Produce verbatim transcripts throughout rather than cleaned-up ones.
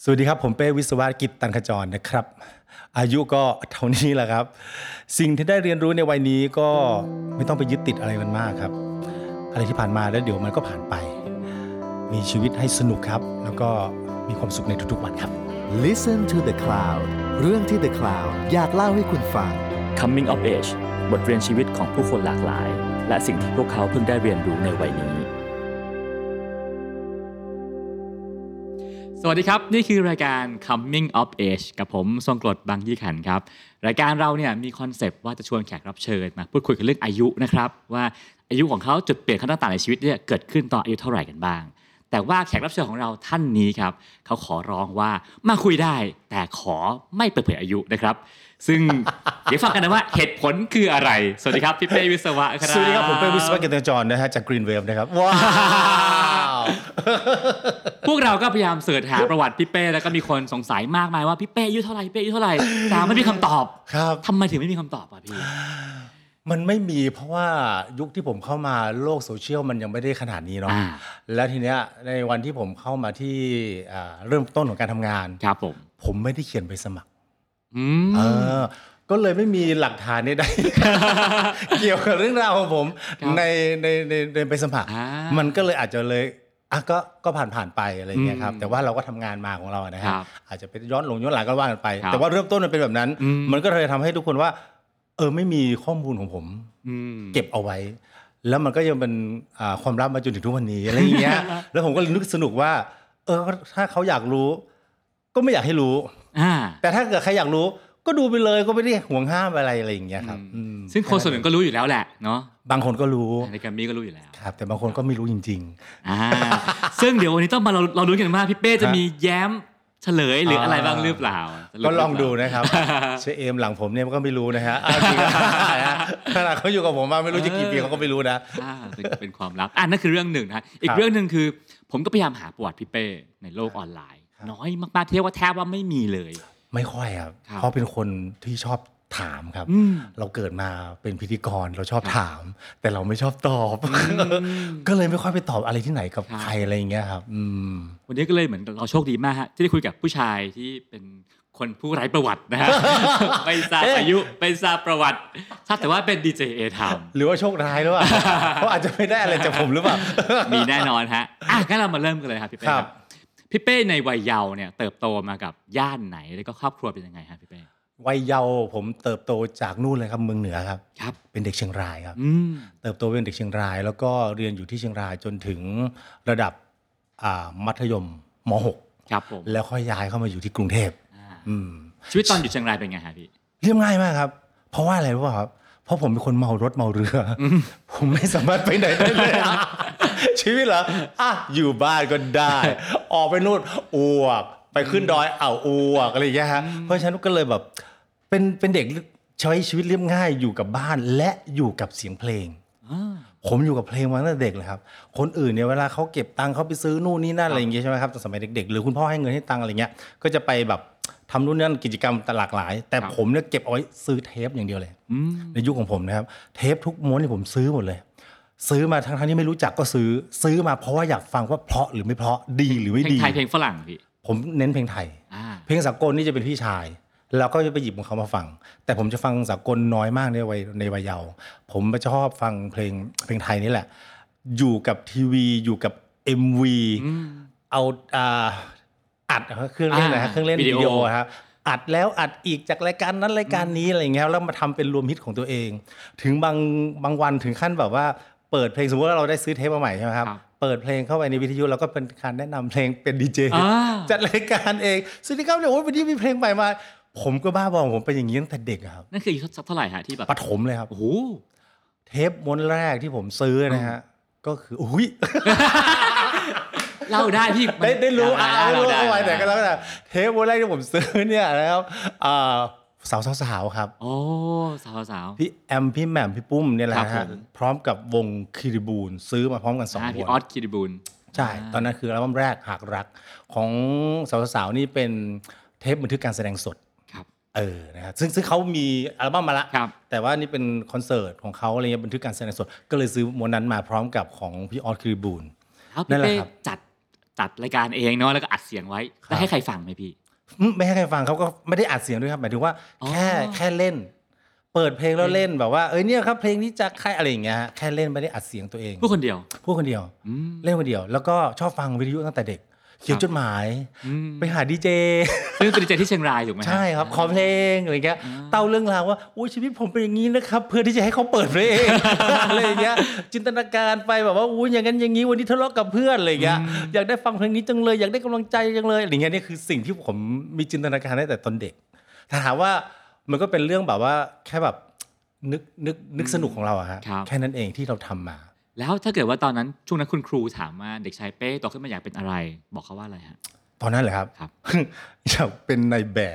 สวัสดีครับผมเป้วิศวกิจตันขจรนะครับอายุก็เท่านี้แหละครับสิ่งที่ได้เรียนรู้ในวัยนี้ก็ไม่ต้องไปยึดติดอะไรมันมากครับอะไรที่ผ่านมาแล้วเดี๋ยวมันก็ผ่านไปมีชีวิตให้สนุกครับแล้วก็มีความสุขในทุกๆวันครับ Listen to the Cloud เรื่องที่ The Cloud อยากเล่าให้คุณฟัง Coming of Age บทเรียนชีวิตของผู้คนหลากหลายและสิ่งที่พวกเขาเพิ่งได้เรียนรู้ในวัยนี้สวัสดีครับนี่คือรายการ Coming of Age กับผมทรงกรดบางยี่ขันครับรายการเราเนี่ยมีคอนเซปต์ว่าจะชวนแขกรับเชิญมาพูดคุยกันเรื่องอายุนะครับว่าอายุของเขาจุดเปลี่ยนขั้นต่างๆในชีวิตเนี่ยเกิดขึ้นตอนอายุเท่าไหร่กันบ้างแต่ว่าแขกรับเชิญของเราท่านนี้ครับเขาขอร้องว่ามาคุยได้แต่ขอไม่เปิดเผยอายุนะครับซึ่ง เดี๋ยวฟังกันนะว่าเหตุผลคืออะไรสวัสดีครับพี่เป้วิศวะครับสวัสดีครับผมเป้วิศวกิจตันขจรนะฮะจาก Green Wave นะครับว้าวพวกเราก็พยายามเสิร์ชหาประวัติพี่เป้แล้วก็มีคนสงสัยมากมายว่าพี่เป้อายุเท่าไหร่พี่เป้อายุเท่าไหร่แต่ไม่มีคำตอบครับทำไมถึงไม่มีคำตอบอ่ะพี่มันไม่มีเพราะว่ายุคที่ผมเข้ามาโลกโซเชียลมันยังไม่ได้ขนาดนี้เนาะแล้วทีเนี้ยในวันที่ผมเข้ามาที่เริ่มต้นของการทำงานครับผมผมไม่ได้เขียนใบสมัครเออก็เลยไม่มีหลักฐานใดๆ เกี่ยวกับเรื่องราวของผมในในในในใบสมัครมันก็เลยอาจจะเลยอ่ะก็ก็ผ่านผ่านไปอะไรอย่างเงี้ยครับแต่ว่าเราก็ทำงานมาของเรานะฮะอาจจะเป็นย้อนหลงย้อนหลังก็ว่ากันไปแต่ว่าเริ่มต้นมันเป็นแบบนั้นมันก็เลยทำให้ทุกคนว่าเออไม่มีข้อมูลของผมเก็บเอาไว้แล้วมันก็ยังเป็นความลับมาจนถึงทุกวันนี้อะไรอย่างเงี้ยแล้วผมก็นึกสนุกว่าเออถ้าเขาอยากรู้ก็ไม่อยากให้รู้แต่ถ้าเกิดใครอยากรู้ก็ดูไปเลยก็ไม่ได้ห่วงห้ามอะไรอะไรอย่างเงี้ยครับซึ่งคนส่วนหนึ่งก็รู้อยู่แล้วแหละเนาะบางคนก็รู้ในแกรมมี่ก็รู้อยู่แล้วครับแต่บางคนก็ไม่รู้จริงๆอ่าซึ่งเดี๋ยววันนี้ต้องมาเราเรารู้กันว่าพี่เป้จะมีแย้มเฉลยหรืออะไรบ้างหรือเปล่าก็ลองดูนะครับเชเอมหลังผมเนี่ยก็ไม่รู้นะฮะจริงขนาดเขาอยู่กับผมมาไม่รู้จะกี่ปีเขาก็ไม่รู้นะเป็นความลับอ่ะนั่นคือเรื่องหนึ่งนะอีกเรื่องนึงคือผมก็พยายามหาประวัติพี่เป้ในโลกออนไลน์น้อยมากๆเทียบว่าแทบว่าไม่มีเลยไม่ค่อยครับเพราะเป็นคนที่ชอบถามครับเราเกิดมาเป็นพิธีกรเราชอบถามแต่เราไม่ชอบตอบก็เลยไม่ค่อยไปตอบอะไรที่ไหนกับใครอะไรอย่างเงี้ยครับวันนี้ก็เลยเหมือนเราโชคดีมากฮะที่ได้คุยกับผู้ชายที่เป็นคนผู้ไร้ประวัตินะฮะไม่ทราบอายุไม่ทราบประวัติทราบแต่ว่าเป็นดีเจเอทามหรือว่าโชคร้ายหรือเปล่าเพราะอาจจะไม่ได้อะไรจากผมหรือเปล่ามีแน่นอนฮะอ่ะงั้นเรามาเริ่มกันเลยครับพี่เป้ครับพี่เป้ในวัยเยาว์เนี่ยเติบโตมากับย่านไหนแล้วก็ครอบครัวเป็นยังไงครับพี่เป้วัยเยาว์ผมเติบโตจากนู่นเลยครับเมืองเหนือครับครับเป็นเด็กเชียงรายครับเติบโตเป็นเด็กเชียงรายแล้วก็เรียนอยู่ที่เชียงรายจนถึงระดับมัธยมม หกครับผมแล้วค่อยย้ายเข้ามาอยู่ที่กรุงเทพชีวิตตอนอยู่เชียงรายเป็นไงครับพี่เรียบง่ายมากครับเพราะว่าอะไรรู้ป่ะครับเพราะผมเป็นคนเมารถเมาเรือผมไม่สามารถไปไหนได้เลยชีวิตเหรออ่ะอยู่บ้านก็ได้ออกไปนู่นอ้วกไปขึ้นดอยอ้าวอ้วกอะไรอย่างเงี้ยฮะเพราะฉะนั้นก็เลยแบบเป็นเป็นเด็กใช้ชีวิตเรียบง่ายอยู่กับบ้านและอยู่กับเสียงเพลงผมอยู่กับเพลงมาตั้งแต่เด็กเลยครับคนอื่นเนี่ยเวลาเขาเก็บตังค์เขาไปซื้อนู่นนี่นั่นอะไรอย่างเงี้ยใช่ไหมครับตอนสมัยเด็กๆหรือคุณพ่อให้เงินให้ตังค์อะไรเงี้ยก็จะไปแบบทำนู่นนั่นกิจกรรมหลากหลายแต่ผมเนี่ยเก็บเอาไว้ซื้อเทปอย่างเดียวเลยในยุคของผมนะครับเทปทุกม้วนที่ผมซื้อหมดเลยซื้อมาทั้งๆที่ไม่รู้จักก็ซื้อซื้อมาเพราะว่าอยากฟังว่าเพราะหรือไม่เพราะดีหรือไม่ดีเพลงไทยเพลงฝรั่งพี่ผมเน้นเพลงไทยเพลงสากลนี่จะเป็นพี่ชายแล้วก็จะไปหยิบของเขามาฟังแต่ผมจะฟังสากลน้อยมากในวัยในวัยเยาว์ผมชอบฟังเพลงเพลงไทยนี่แหละอยู่กับทีวีอยู่กับ เอ็ม วี เอาอ่าอัดเครื่องเล่นนะฮะเครื่องเล่นวิดีโอครับอัดแล้วอัดอีกจากรายการนั้นรายการนี้อะไรเงี้ยแล้วมาทำเป็นรวมฮิตของตัวเองถึงบางบางวันถึงขั้นแบบว่าเปิดเพลงสมมติว่าเราได้ซื้อเทปมาใหม่ใช่ไหมครับเปิดเพลงเข้าไปในวิทยุแล้วก็เป็นการแนะนำเพลงเป็นดีเจจัดรายการเองสวัสดีครับเดี๋ยววันนี้มีเพลงใหม่มาผมก็บ้าบอผมเป็นอย่างนี้ตั้งแต่เด็กครับนั่นคืออายุเท่าไหร่ฮะที่แบบปฐมเลยครับโอ้โหเทปม้วนแรกที่ผมซื้อนะฮะก็คืออุ้ยเล่าได้พี่ได้ได้รู้อ่ารู้เอาไว้แต่ก็แล้วแต่เทปวันแรกที่ผมซื้อเนี่ยแล้วอ่าสาวสาวครับโอ้สาวสาวพี่แอมพี่แหม่มพี่ปุ้มเนี่ยแหละฮะพร้อมกับวงคิริบูลซื้อมาพร้อมกันสองวงพี่ออสคิริบูลใช่ตอนนั้นคืออัลบั้มแรกหากรักของสาวสาวนี่เป็นเทปบันทึกการแสดงสดเออนะครับซึ่งซึ่งเขามีอัลบั้มมาละแต่ว่านี่เป็นคอนเสิร์ตของเขาอะไรเงี้ยบันทึกการแสดงสดก็เลยซื้อม้วนนั้นมาพร้อมกับของพี่ออสคิริบูลนั่นแหละครับจัดจัดรายการเองเนาะแล้วก็อัดเสียงไว้แล้วให้ใครฟังไหมพี่ไม่ให้ใครฟังเขาก็ไม่ได้อัดเสียงด้วยครับหมายถึงว่าแค่แค่เล่นเปิดเพลงแล้วเล่นแบบว่าเอ้ยเนี่ยครับเพลงนี้จากใครอะไรอย่างเงี้ยแค่เล่นไม่ได้อัดเสียงตัวเองพูดคนเดียวพูดคนเดียวเล่นคนเดียวแล้วก็ชอบฟังวิทยุตั้งแต่เด็กเขียนจดหมายไปหาดีเจซึ่งเป็นดีเจที่เชียงรายถูกไหมใช่ครับขอเพลงอะไรเงี้ยเต้าเรื่องราวว่าอุ้ยชีวิตผมเป็นอย่างนี้นะครับเพื่อที่จะให้เขาเปิดเพลงอะไรอย่างเงี้ยจินตนาการไปแบบว่าอุ้ยอย่างนั้นอย่างนี้วันนี้ทะเลาะกับเพื่อนอะไรเงี้ยอยากได้ฟังเพลงนี้จังเลยอยากได้กำลังใจจังเลยอะไรเงี้ยนี่คือสิ่งที่ผมมีจินตนาการตั้งแต่ตอนเด็กถ้าถามว่ามันก็เป็นเรื่องแบบว่าแค่แบบนึกนึกนึกสนุกของเราอะฮะแค่นั้นเองที่เราทำมาแล้วถ้าเกิดว่าตอนนั้นช่วงนั้นคุณครูถามว่าเด็กชายเป้โตขึ้นมาอยากเป็นอะไรบอกเขาว่าอะไรฮะตอนนั้นเหรอครับครับอยากเป็นนายแบบ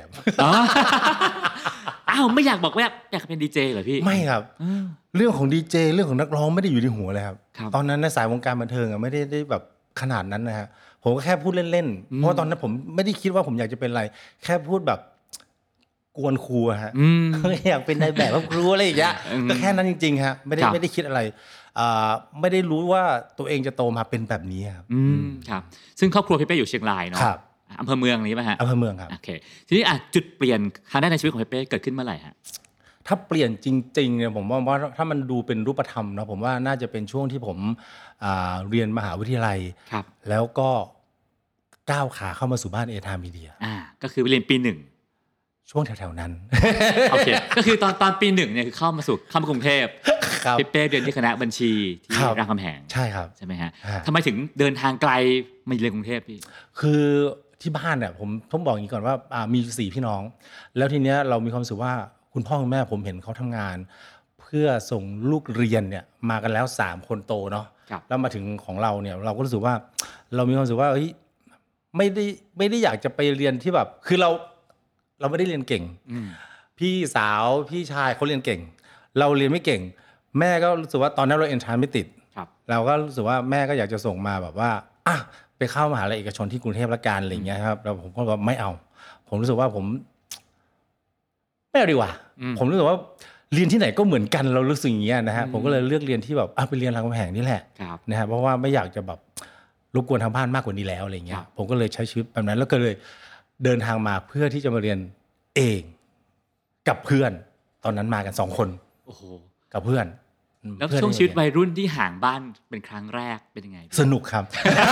อ้าวไม่อยากบอกว่าอยากเป็นดีเจเหรอพี่ไม่ครับเรื่องของดีเจเรื่องของนักร้องไม่ได้อยู่ในหัวเลยครับตอนนั้นในสายวงการบันเทิงอะไม่ได้ได้แบบขนาดนั้นนะฮะผมก็แค่พูดเล่นๆเพราะตอนนั้นผมไม่ได้คิดว่าผมอยากจะเป็นอะไรแค่พูดแบบกวนครูฮะอยากเป็นนายแบบครูอะไรอย่างเงี้ยก็แค่นั้นจริงๆฮะไม่ได้ไม่ได้คิดอะไรไม่ได้รู้ว่าตัวเองจะโตมาเป็นแบบนี้ครับอืมครับซึ่งครอบครัวพี่เป้อยู่เชียงรายเนาะอำเภอเมืองนี้ป่ะฮะอำเภอเมืองครับโอเคทีนี้อ่ะจุดเปลี่ยนครั้งแรกในชีวิตของพี่เป้เกิดขึ้นเมื่อไหร่ฮะถ้าเปลี่ยนจริงๆเนี่ยผมว่าถ้ามันดูเป็นรูปธรรมนะผมว่าน่าจะเป็นช่วงที่ผมเรียนมหาวิทยาลัยแล้วก็ก้าวขาเข้ามาสู่บ้านเอทามีเดียอ่าก็คือเรียนปีหนึ่งช่วงแถวๆนั้นโอเคก็คือตอนตอนปีหนึ่งเนี่ยคือเข้ามาสู่เข้ามากรุงเทพพี่เป้เรียนที่คณะบัญชีที่รามคำแหงใช่ครับใช่ไหมฮะทำไมถึงเดินทางไกลมาเรียนกรุงเทพพี่คือที่บ้านเนี่ยผมต้องบอกอย่างนี้ก่อนว่ามีสี่พี่น้องแล้วทีเนี้ยเรามีความรู้สึกว่าคุณพ่อคุณแม่ผมเห็นเขาทำงานเพื่อส่งลูกเรียนเนี่ยมากันแล้วสามคนโตเนาะแล้วมาถึงของเราเนี่ยเราก็รู้สึกว่าเรามีความรู้สึกว่าเฮ้ยไม่ได้ไม่ได้อยากจะไปเรียนที่แบบคือเราเราไม่ได้เรียนเก่งพี่สาวพี่ชายเขาเรียนเก่งเราเรียนไม่เก่งแม่ก็รู้สึกว่าตอนนั้นเราเอนทรานซ์ไม่ติดเราก็รู้สึกว่าแม่ก็อยากจะส่งมาแบบว่าอ่ะไปเข้ามหาลัยเอกชนที่กรุงเทพละกันอะไรอย่างเงี้ยครับแล้วผมก็บอกไม่เอาผมรู้สึกว่าผมไม่เอาดีกว่าผมรู้สึกว่าเรียนที่ไหนก็เหมือนกันเรารู้สึกอย่างเงี้ยนะฮะผมก็เลยเลือกเรียนที่แบบอ่ะไปเรียนรามคำแหงนี่แหละนะฮะเพราะว่าไม่อยากจะแบบรบกวนทางบ้านมากกว่านี้แล้วอะไรเงี้ยผมก็เลยใช้ชีวิตแบบนั้นแล้วก็เลยเดินทางมาเพื่อที่จะมาเรียนเองกับเพื่อนตอนนั้นมากันสองคนโอ้โหกับเพื่อนแล้วช่วงชีวิตวัยรุ่นที่ห่างบ้านเป็นครั้งแรกเป็นยังไงสนุกครับ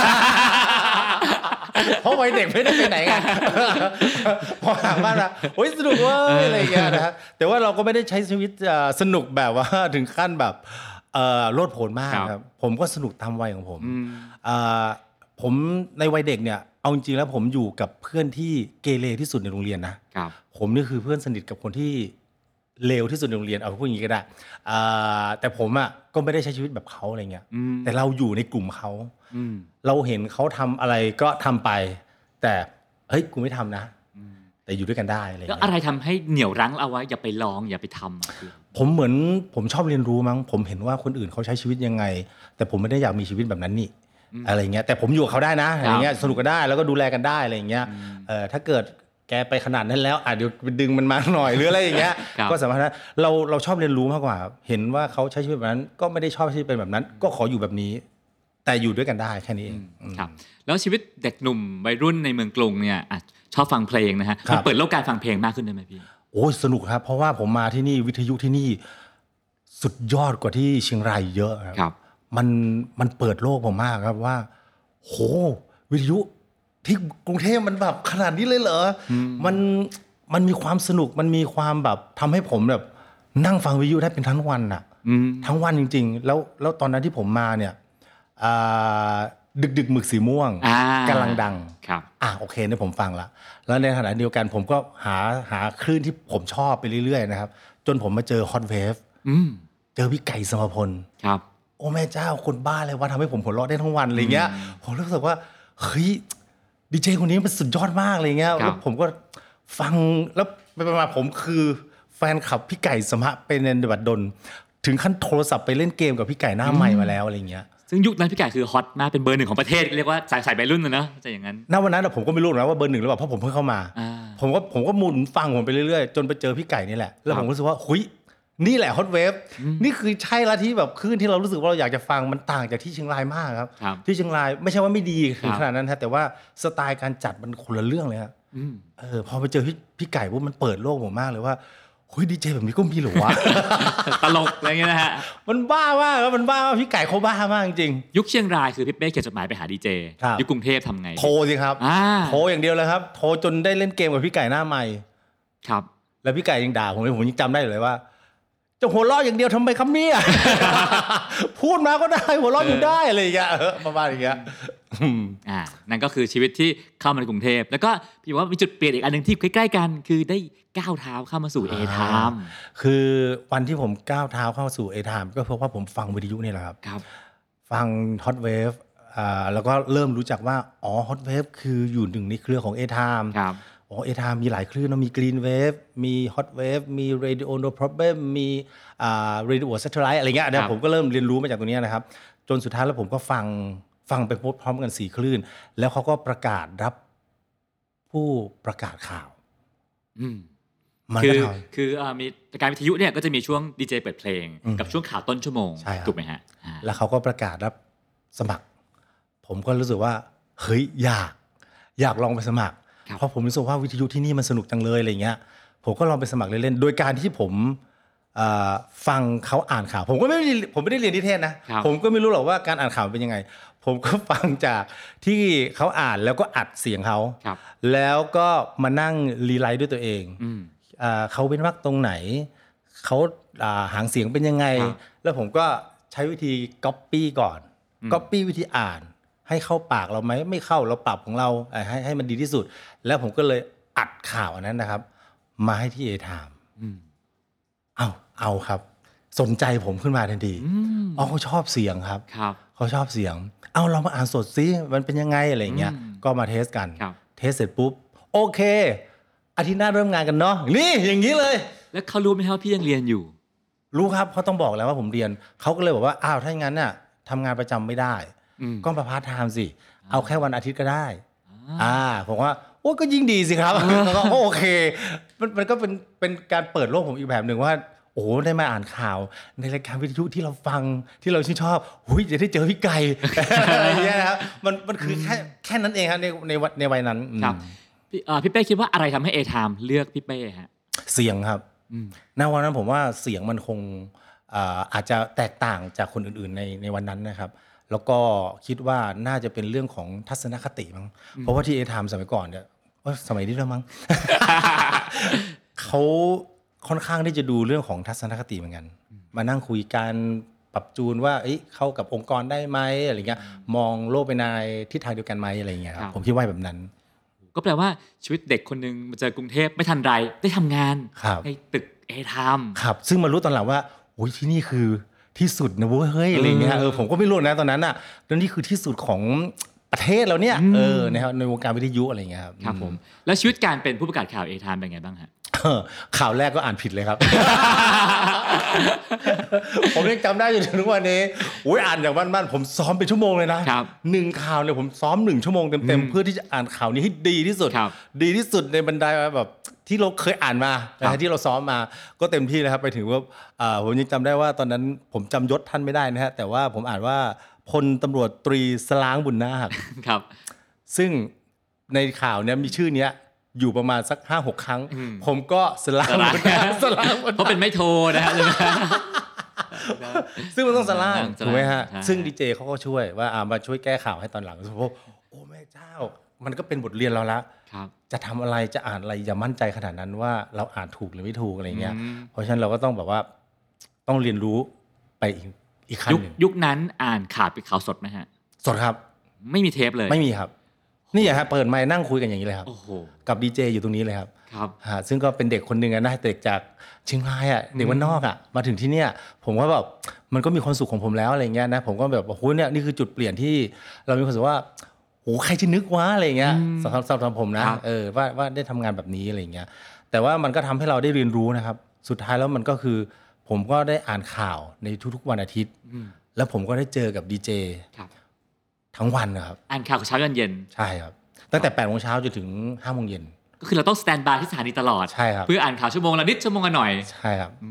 เพราะวัยเด็กไม่ได้ไปไหนไงพอห่างบ้านอะโอ๊ยสนุกเว้ยอะไรอย่างเงี้ยนะฮะแต่ว่าเราก็ไม่ได้ใช้ชีวิตสนุกแบบว่าถึงขั้นแบบโลดโผนมากครับผมก็สนุกตามวัยของผมผมในวัยเด็กเนี่ยเอาจริงๆแล้วผมอยู่กับเพื่อนที่เกเรที่สุดในโรงเรียนนะผมนี่คือเพื่อนสนิทกับคนที่เลวที่สุดในโรงเรียนเอาพูดอย่างนี้ก็ได้แต่ผมอ่ะก็ไม่ได้ใช้ชีวิตแบบเขาอะไรเงี้ยแต่เราอยู่ในกลุ่มเขาเราเห็นเขาทำอะไรก็ทำไปแต่เฮ้ยกูไม่ทำนะแต่อยู่ด้วยกันได้อะไรแล้วอะไรทำให้เหนี่ยวรั้งเอาไว้อย่าไปลองอย่าไปทำผมเหมือนผมชอบเรียนรู้มั้งผมเห็นว่าคนอื่นเขาใช้ชีวิตยังไงแต่ผมไม่ได้อยากมีชีวิตแบบนั้นนี่อะไรเงี้ยแต่ผมอยู่กับเขาได้นะอะไรเงี้ยสนุกกันได้แล้วก็ดูแลกันได้อะไรเงี้ยเออถ้าเกิดแกไปขนาดนั้นแล้วอ่ะเดี๋ยวดึงมันมาหน่อยหรืออะไรอย่างเงี้ยก็สามารถเราเราชอบเรียนรู้มากกว่าเห็นว่าเขาใช้ชีวิตแบบนั้นก็ไม่ได้ชอบชีวิตเป็นแบบนั้นก็ขออยู่แบบนี้แต่อยู่ด้วยกันได้แค่นี้เองครับแล้วชีวิตเด็กหนุ่มวัยรุ่นในเมืองกรุงเนี่ยชอบฟังเพลงนะฮะมันเปิดโลกการฟังเพลงมากขึ้นได้ไหมพี่โอ้สนุกครับเพราะว่าผมมาที่นี่วิทยุที่นี่สุดยอดกว่าที่เชียงรายเยอะครับมันมันเปิดโลกผมมากครับว่าโหวิทยุที่กรุงเทพมันแบบขนาดนี้เลยเหรอมันมันมีความสนุกมันมีความแบบทำให้ผมแบบนั่งฟังวิทยุได้เป็นทั้งวันอ่ะทั้งวันจริงๆแล้วแล้วตอนนั้นที่ผมมาเนี่ยดึกดึกหมึกสีม่วงกำลังดังอ่ะโอเคเนี่ยผมฟังละแล้วในขณะเดียวกันผมก็หาหาคลื่นที่ผมชอบไปเรื่อยๆนะครับจนผมมาเจอฮอตเวฟเจอพี่ไก่สมพลครับโอ้แม่เจ้าคนบ้าเลยว่าทำให้ผมหัวเราะได้ทั้งวันอะไรเงี้ยผมรู้สึกว่าเฮ้ยดีเจคนนี้มันสุดยอดมากอะไรเงี้ยแล้วผมก็ฟังแล้วไปมาผมคือแฟนคลับพี่ไก่สมะเป็นในบัดดลถึงขั้นโทรศัพท์ไปเล่นเกมกับพี่ไก่หน้าใหม่มาแล้วอะไรเงี้ยซึ่งยุคนั้นพี่ไก่คือฮอตมากเป็นเบอร์หนึ่งของประเทศเรียกว่าสายสายวัยรุ่นนะจะอย่างนั้นณวันนั้นผมก็ไม่รู้นะว่าเบอร์หนึ่งหรือเปล่าเพราะผมเพิ่งเข้ามาผมก็ผมก็หมุนฟังผมไปเรื่อยๆจนไปเจอพี่ไก่นี่แหละแล้วผมรู้สึกว่าหุยนี่แหละฮอตเวฟนี่คือใช่ละที่แบบคลื่นที่เรารู้สึกว่าเราอยากจะฟังมันต่างจากที่เชียงรายมากครับที่เชียงรายไม่ใช่ว่าไม่ดีถึงขนาดนั้นฮะแต่ว่าสไตล์การจัดมันคนละเรื่องเลยครับเออพอไปเจอพี่พี่ไก่ปุ๊บมันเปิดโลกผมมากเลยว่าเฮ้ยดีเจแบบนี้ก็มีเหรอวะตลกอะไรเงี้ยนะฮะมันบ้ามากครับมันบ้ามากพี่ไก่เขาบ้ามากจริงยุคเชียงรายคือพี่เป้เขียนจดหมายไปหาดีเจยุคกรุงเทพทำไงโทรสิครับโทรอย่างเดียวเลยครับโทรจนได้เล่นเกมกับพี่ไก่หน้าใหม่ครับแล้วพี่ไก่ยังด่าผมเลยผมยังจำได้เลยว่าจะหัวเราะอย่างเดียวทำไมครับเนี่ย พูดมาก็ได้หัวเราะอยู่ได้อะไรอย่างเงี้ยประมาณอย่างเงี้ยอ่านั่นก็คือชีวิตที่เข้ามาในกรุงเทพแล้วก็พี่ว่ามีจุดเปลี่ยนอีกอันนึงที่ใกล้ๆกันคือได้ก้าวเท้าเข้ามาสู่ A Time คือวันที่ผมก้าวเท้าเข้าสู่ A Time ก็เพราะว่าผมฟังวิทยุนี่แหละครับครับฟัง Hot Wave อ่าแล้วก็เริ่มรู้จักว่าอ๋อ Hot Wave คืออยู่หนึ่งในเครือของ A Time ครับอ๋อ A Time มีหลายคลื่นนะมี Green Wave มี Hot Wave มี Radio No Problem มีอ่า Radio Satellite อะไรเงี้ยเดี๋ยวผมก็เริ่มเรียนรู้มาจากตรงนี้นะครับจนสุดท้ายแล้วผมก็ฟังฟังไปพร้อมกันสี่คลื่นแล้วเขาก็ประกาศรับผู้ประกาศข่าวอืมคือคือมีการวิทยุเนี่ยก็จะมีช่วงดีเจเปิดเพลงกับช่วงข่าวต้นชั่วโมงถูกไหมฮะแล้วเขาก็ประกาศรับสมัครผมก็รู้สึกว่าเฮ้ยอยากอยากลองไปสมัครเพราะผมรู้สึกว่าวิทยุที่นี่มันสนุกจังเลยอะไรเงี้ยผมก็ลองไปสมัครเล่นๆโดยการที่ผมฟังเขาอ่านข่าวผมก็ไม่ผมไม่ได้เรียนนิเทศนะผมก็ไม่รู้หรอกว่าการอ่านข่าวเป็นยังไงผมก็ฟังจากที่เขาอ่านแล้วก็อัดเสียงเขาแล้วก็มานั่งรีไลท์ด้วยตัวเองเขาเว้นวรรคตรงไหนเขาหางเสียงเป็นยังไงแล้วผมก็ใช้วิธีก๊อปปี้ก่อนก๊อปปี้วิธีอ่านให้เข้าปากเราไหมไม่เข้าเราปรับของเราให้ให้มันดีที่สุดแล้วผมก็เลยอัดข่าวอันนั้นนะครับมาให้ที่ A Time เอาเอาครับสนใจผมขึ้นมาทันทีอ๋อเขาชอบเสียงครับเขาชอบเสียงเอาเรามาอ่านสดซิมันเป็นยังไงอะไรเงี้ยก็มาเทสกันเทสเสร็จปุ๊บโอเคอาทิตย์หน้าเริ่มงานกันเนาะนี่อย่างนี้เลยแล้วเขารู้ไหมครับพี่ยังเรียนอยู่รู้ครับเขาต้องบอกแล้วว่าผมเรียนเขาก็เลยบอกว่าอ้าวถ้าอย่างนั้นน่ะทำงานประจำไม่ได้ก็มาพาร์ทไทม์สิเอาแค่วันอาทิตย์ก็ได้อ่าผมว่าโอ้ก็ยิ่งดีสิครับก็โอเคมันมันก็เป็นเป็นการเปิดโลกผมอีกแบบหนึ่งว่าโอ้ได้มาอ่านข่าวในรายการวิทยุที่เราฟังที่เราชื่นชอบหุ้ยจะได้เจอพี่ไก่อะไรอย่างเงี้ยนะครับมันมันคือแค่แค่นั้นเองครับในในในวัยนั้นครับพี่พี่เป้คิดว่าอะไรทำให้ A Time เลือกพี่เป้ฮะเสียงครับณวันนั้นผมว่าเสียงมันคงอาจจะแตกต่างจากคนอื่นๆในในวันนั้นนะครับแล้วก็คิดว่าน่าจะเป็นเรื่องของทัศนคติมั้งเพราะว่าที่ A Time สมัยก่อนเนี่ยสมัยนี้ด้วยมั้ง เขาค่อนข้างที่จะดูเรื่องของทัศนคติเหมือนกันมานั่งคุยกันปรับจูนว่าเอ้ยเข้ากับองค์กรได้ไหมอะไรเงี้ยมองโลกไปในทิศทางเดียวกันไหมอะไรเงี้ยครับผมคิดว่าแบบนั้นก็แปลว่าชีวิตเด็กคนนึงมาเจอกรุงเทพไม่ทันไรได้ทำงานในตึก A Time ครับซึ่งมารู้ตอนหลังว่าโอ้ยที่นี่คือที่สุดนะเว้ยเฮ้ยอะไรเงี้ยเออผมก็ไม่รู้นะตอนนั้นอ่ะแล้วนี่คือที่สุดของประเทศเราเนี่ยเออนะครับในวงการวิทยุอะไรเงี้ยครับครับผมแล้วชีวิตการเป็นผู้ประกาศข่าว A Time เป็นไงบ้างฮะข่าวแรกก็อ่านผิดเลยครับ ผมยังจำได้จนถึงทุกวันนี้โอ้ยอ่านอย่างบ้านๆผมซ้อมเป็นชั่วโมงเลยนะหนึ่งข่าวเนี่ยผมซ้อมหนึ่งชั่วโมงเต็มๆเพื่อที่จะอ่านข่าวนี้ให้ดีที่สุดดีที่สุดในบรรดาแบบที่เราเคยอ่านมาที่เราซ้อมมาก็เต็มที่เลยครับไปถึงว่าผมยังจำได้ว่าตอนนั้นผมจำยศท่านไม่ได้นะฮะแต่ว่าผมอ่านว่าพลตำรวจตรีสล้างบุญนาคครับซึ่งในข่าวเนี้ยมีชื่อเนี้ยอยู่ประมาณสัก ห้าหก ครั้งผมก็สล้างบุญนาคสล้างเพราะเป็นไม่โทรนะฮะซึ่งมันต้องสล้างถูกไหมฮะซึ่งดีเจเขาก็ช่วยว่ามาช่วยแก้ข่าวให้ตอนหลังโอ้แม่เจ้ามันก็เป็นบทเรียนเราละจะทำอะไรจะอ่านอะไรอย่ามั่นใจขนาดนั้นว่าเราอ่านถูกหรือไม่ถูกอะไรเงี้ยเพราะฉะนั้นเราก็ต้องแบบว่าต้องเรียนรู้ไปอีกอีกขั้นนึงยุคนั้นอ่านข่าวเป็นข่าวสดไหมฮะสดครับไม่มีเทปเลยไม่มีครับนี่ฮะเปิดไมค์นั่งคุยกันอย่างนี้เลยครับกับดีเจอยู่ตรงนี้เลยครับครับซึ่งก็เป็นเด็กคนหนึ่งนะเด็กจากเชียงรายอ่ะเด็กวันนอกอ่ะมาถึงที่เนี่ยผมก็แบบมันก็มีความสุขของผมแล้วอะไรเงี้ยนะผมก็แบบโอ้โหเนี่ยนี่คือจุดเปลี่ยนที่เรามีความรู้สึกว่าโอ้ใครจะนึกวะอะไรเงี้ยสำหรับสำหรับผมนะเออว่าว่าได้ทำงานแบบนี้อะไรเงี้ยแต่ว่ามันก็ทำให้เราได้เรียนรู้นะครับสุดท้ายแล้วมันก็คือผมก็ได้อ่านข่าวในทุกๆวันอาทิตย์แล้วผมก็ได้เจอกับดีเจทั้งวันนะครับอ่านข่าวเช้าเย็นใช่ครับตั้งแต่แปดโมงเช้าจนถึงห้าโมงเย็นก็คือเราต้องสแตนด์บายที่สถานีตลอดใช่ครับเพื่ออ่านข่าวชั่วโมงละนิดชั่วโมงละหน่อยใช่ครับ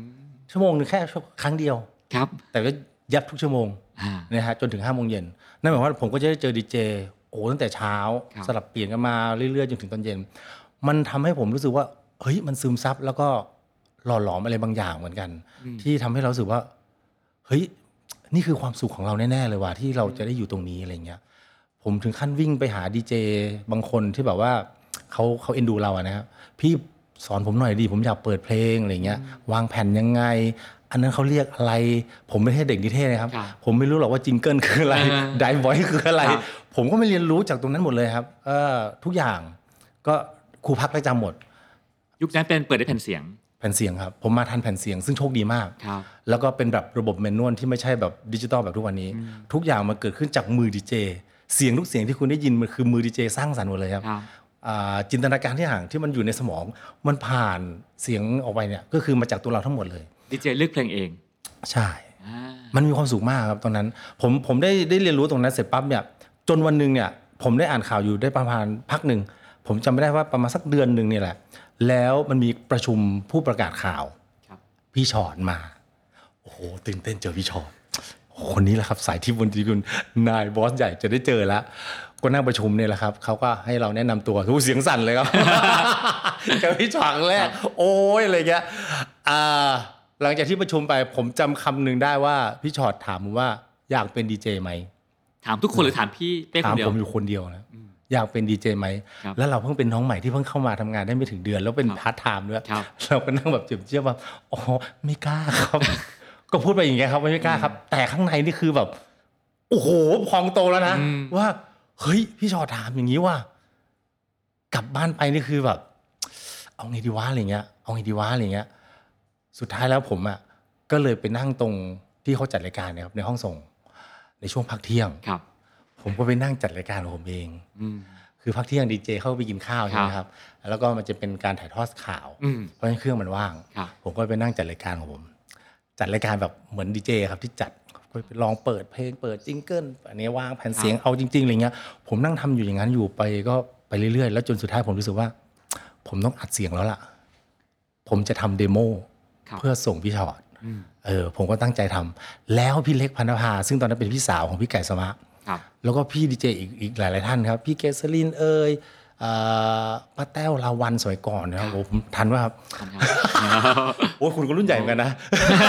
ชั่วโมงนึงแค่ครั้งเดียวครับแต่ก็ยับทุกชั่วโมงนะฮะจนถึงห้าโมงเย็นนั่นหมายความว่าผมก็จะได้เจอดีเจโอ้ตั้งแต่เช้าสลับเปลี่ยนกันมาเรื่อยๆจนถึงตอนเย็นมันทำให้ผมรู้สึกว่าเฮ้ยมันซึมซับแล้วก็หล่อหลอมอะไรบางอย่างเหมือนกันที่ทำให้เรารู้สึกว่าเฮ้ยนี่คือความสุขของเราแน่ๆเลยว่ะที่เราจะได้อยู่ตรงนี้อะไรเงี้ยผมถึงขั้นวิ่งไปหาดีเจบางคนที่แบบว่าเขาเขาเอ็นดูเราอะนะครับพี่สอนผมหน่อยดิผมอยากเปิดเพลงอะไรเงี้ยวางแผ่นยังไงอันนั้นเขาเรียกอะไรผมไม่ใช่เด็กนิเทศนะครับผมไม่รู้หรอกว่าจิงเกิลคืออะไรไดฟ์วอยซ์คืออะไรผมก็ไม่เรียนรู้จากตรงนั้นหมดเลยครับเออทุกอย่างก็ครูพักได้จำหมดยุคนั้นเป็นเปิดได้แผ่นเสียงแผ่นเสียงครับผมมาทันแผ่นเสียงซึ่งโชคดีมากแล้วก็เป็นแบบระบบแมนนวลที่ไม่ใช่แบบดิจิตอลแบบทุกวันนี้ทุกอย่างมันเกิดขึ้นจากมือดีเจเสียงทุกเสียงที่คุณได้ยินมันคือมือดีเจสร้างสรรค์หมดเลยครับจินตนาการที่ห่างที่มันอยู่ในสมองมันผ่านเสียงออกไปเนี่ยก็คือมาจากตัวเราทั้งหมดเลยดีเจเลือกเพลงเองใช่มันมีความสุขมากครับตอนนั้นผมผมได้ได้เรียนรู้ตรงนั้นเสร็จปั๊บเนี่ยจนวันนึงเนี่ยผมได้อ่านข่าวอยู่ได้ประมาณพักนึงผมจำไม่ได้ว่าประมาณสักเดือนนึงนี่แหละแล้วมันมีประชุมผู้ประกาศข่าวพี่ชอตมาโอ้โหตื่นเต้นเจอพี่ชอตคนนี้แหละครับสายทิพย์วันที่คุณนายบอสใหญ่จะได้เจอแล้วก็นั่งประชุมเนี่ยแหละครับเขาก็ให้เราแนะนำตัวทุกเสียงสั่นเลยครับเจอพี่ชอตแรกโอ้ยอะไรเงี้ยอ่าหลังจากที่ประชุมไปผมจำคำหนึ่งได้ว่าพี่ชอตถามผมว่าอยากเป็นดีเจไหมถามทุกคนหรือถามพี่เป้คนเดียวถามผมอยู่คนเดียวนะอยากเป็นดีเจไหมแล้วเราเพิ่งเป็นน้องใหม่ที่เพิ่งเข้ามาทำงานได้ไม่ถึงเดือนแล้วเป็นพาร์ทไทม์ด้วยเราก็นั่งแบบเจียบๆว่าอ๋อไม่กล้าครับก็พูดไปอย่างเงี้ยครับไม่กล้าครับแต่ข้างในนี่คือแบบโอ้โหพองโตแล้วนะว่าเฮ้ยพี่ชอตถามอย่างนี้ว่ากลับบ้านไปนี่คือแบบเอาไงดีวะอะไรเงี้ยเอาไงดีวะอะไรเงี้ยสุดท้ายแล้วผมอ่ะก็เลยไปนั่งตรงที่เขาจัดรายการเนี่ยครับในห้องส่งในช่วงพักเที่ยงผมก็ไปนั่งจัดรายการของผมเองคือพักเที่ยงดีเจเข้าไปกินข้าวใช่ไหมครับแล้วก็มันจะเป็นการถ่ายทอดข่าวเพราะฉะนั้นเครื่องมันว่างผมก็ไปนั่งจัดรายการของผมจัดรายการแบบเหมือนดีเจครับที่จัดก็ไปลองเปิดเพลงเปิดจิงเกิลอันนี้วางแผ่นเสียงเอาจริงๆอะไรเงี้ยผมนั่งทำอยู่อย่างนั้นอยู่ไปก็ไปเรื่อยๆแล้วจนสุดท้ายผมรู้สึกว่าผมต้องอัดเสียงแล้วล่ะผมจะทำเดโมเพื่อส่งพี่ชอตเออผมก็ตั้งใจทำแล้วพี่เล็กพรรณภาซึ่งตอนนั้นเป็นพี่สาวของพี่ไก่สมะแล้วก็พี่ดีเจอีกอีกหลายๆท่านครับพี่เกษรินเอ่ยป้าแต้วลาวันสวยก่อนนะครับโอ้ผมทันว่าครับโอ้คุณก็รุ่นใหญ่เหมือนกันนะ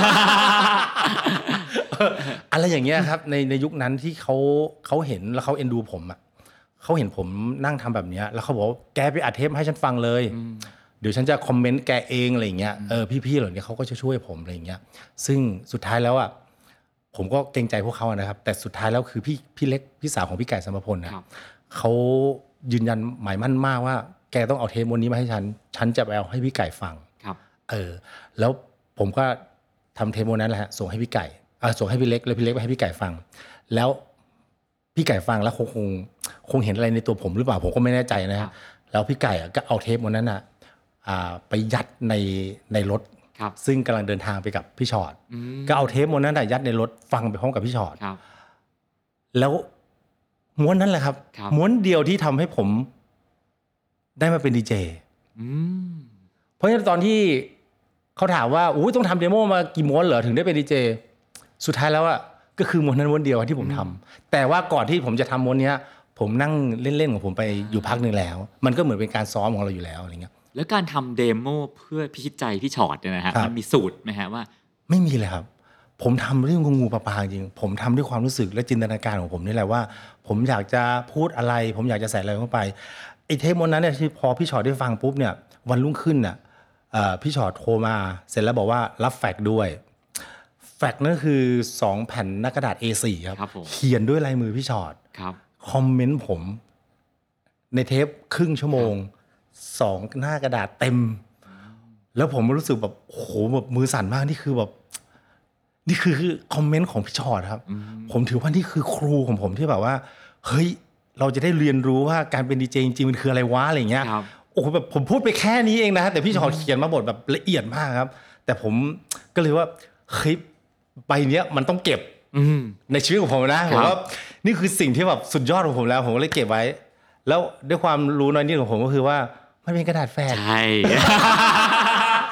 อะไรอย่างเงี้ยครับในในยุคนั้นที่เขาเขาเห็นแล้วเขาเอ็นดูผมอ่ะเขาเห็นผมนั่งทำแบบนี้แล้วเขาบอกแกไปอัดเทปให้ฉันฟังเลยเดี๋ยวฉันจะคอมเมนต์แกเองอะไรอย่างเงี้ยเออพี่ๆเหล่านี้เขาก็จะช่วยผมอะไรอย่างเงี้ยซึ่งสุดท้ายแล้วอ่ะผมก็เกรงใจพวกเขานะครับแต่สุดท้ายแล้วคือพี่พี่เล็กพี่สาวของพี่ไก่สมพลนะเขายืนยันหมายมั่นมากว่าแกต้องเอาเทปวันนี้มาให้ฉันฉันจะไปเอาให้พี่ไก่ฟังเออแล้วผมก็ทำเทปวันนั้นแหละฮะส่งให้พี่ไก่อ่าส่งให้พี่เล็กแล้วพี่เล็กไปให้พี่ไก่ฟังแล้วพี่ไก่ฟังแล้วคงคงคงเห็นอะไรในตัวผมหรือเปล่าผมก็ไม่แน่ใจนะฮะแล้วพี่ไก่ก็เอาเทปวันนั้นอ่ะไปยัดในในรถซึ่งกำลังเดินทางไปกับพี่ชอตก็เอาเทปม้วนนั้นน่ะยัดในรถฟังไปพร้อมกับพี่ชอตแล้วม้วนนั้นแหละครับม้วนเดียวที่ทำให้ผมได้มาเป็นดีเจเพราะฉะนั้นตอนที่เขาถามว่าอู้ต้องทำเดโมมากี่ม้วนเหรอถึงได้เป็นดีเจสุดท้ายแล้วอ่ะก็คือม้วนนั้นม้วนเดียวที่ผมทำแต่ว่าก่อนที่ผมจะทำม้วนนี้ผมนั่งเล่นๆของผมไปอยู่พักนึงแล้วมันก็เหมือนเป็นการซ้อมของเราอยู่แล้วอะไรเงี้ยแล้วการทำเดโมเพื่อพิชิตใจพี่ชอตเนี่ยนะฮะมันมีสูตรไหมฮะว่าไม่มีเลยครับผมทำเรื่องงูปลาปลาจริงผมทำด้วยความรู้สึกและจินตนาการของผมนี่แหละว่าผมอยากจะพูดอะไรผมอยากจะใส่อะไรเข้าไปไอ้เทปวันนั้นเนี่ยที่พอพี่ชอตได้ฟังปุ๊บเนี่ยวันรุ่งขึ้นน่ะพี่ชอตโทรมาเสร็จแล้วบอกว่ารับแฟกซ์ด้วยแฟกซ์นั่นคือสองแผ่นหน้ากระดาษ เอ โฟร์ ครับเขียนด้วยลายมือพี่ชอตคอมเมนต์ผมในเทปครึ่งชั่วโมงสองหน้ากระดาษเต็มแล้วผมรู้สึกแบบโอ้โหแบบมือสั่นมากนี่คือแบบนี่คือคอมเมนต์ของพี่ชอตครับผมถือว่านี่คือครูของผมที่แบบว่าเฮ้ยเราจะได้เรียนรู้ว่าการเป็นดีเจจริงๆมันคืออะไรวะอะไรเงี้ยโอ้โหแบบผมพูดไปแค่นี้เองนะแต่พี่ชอตเขียนมาบทแบบละเอียดมากครับแต่ผมก็เลยว่าเฮ้ยใบเนี้ยมันต้องเก็บในชีวิตของผมนะผมว่านี่คือสิ่งที่แบบสุดยอดของผมแล้วผมก็เลยเก็บไว้แล้วด้วยความรู้น้อยนิดของผมก็คือว่ามันเป็นกระดาษแฟกซ์ใช่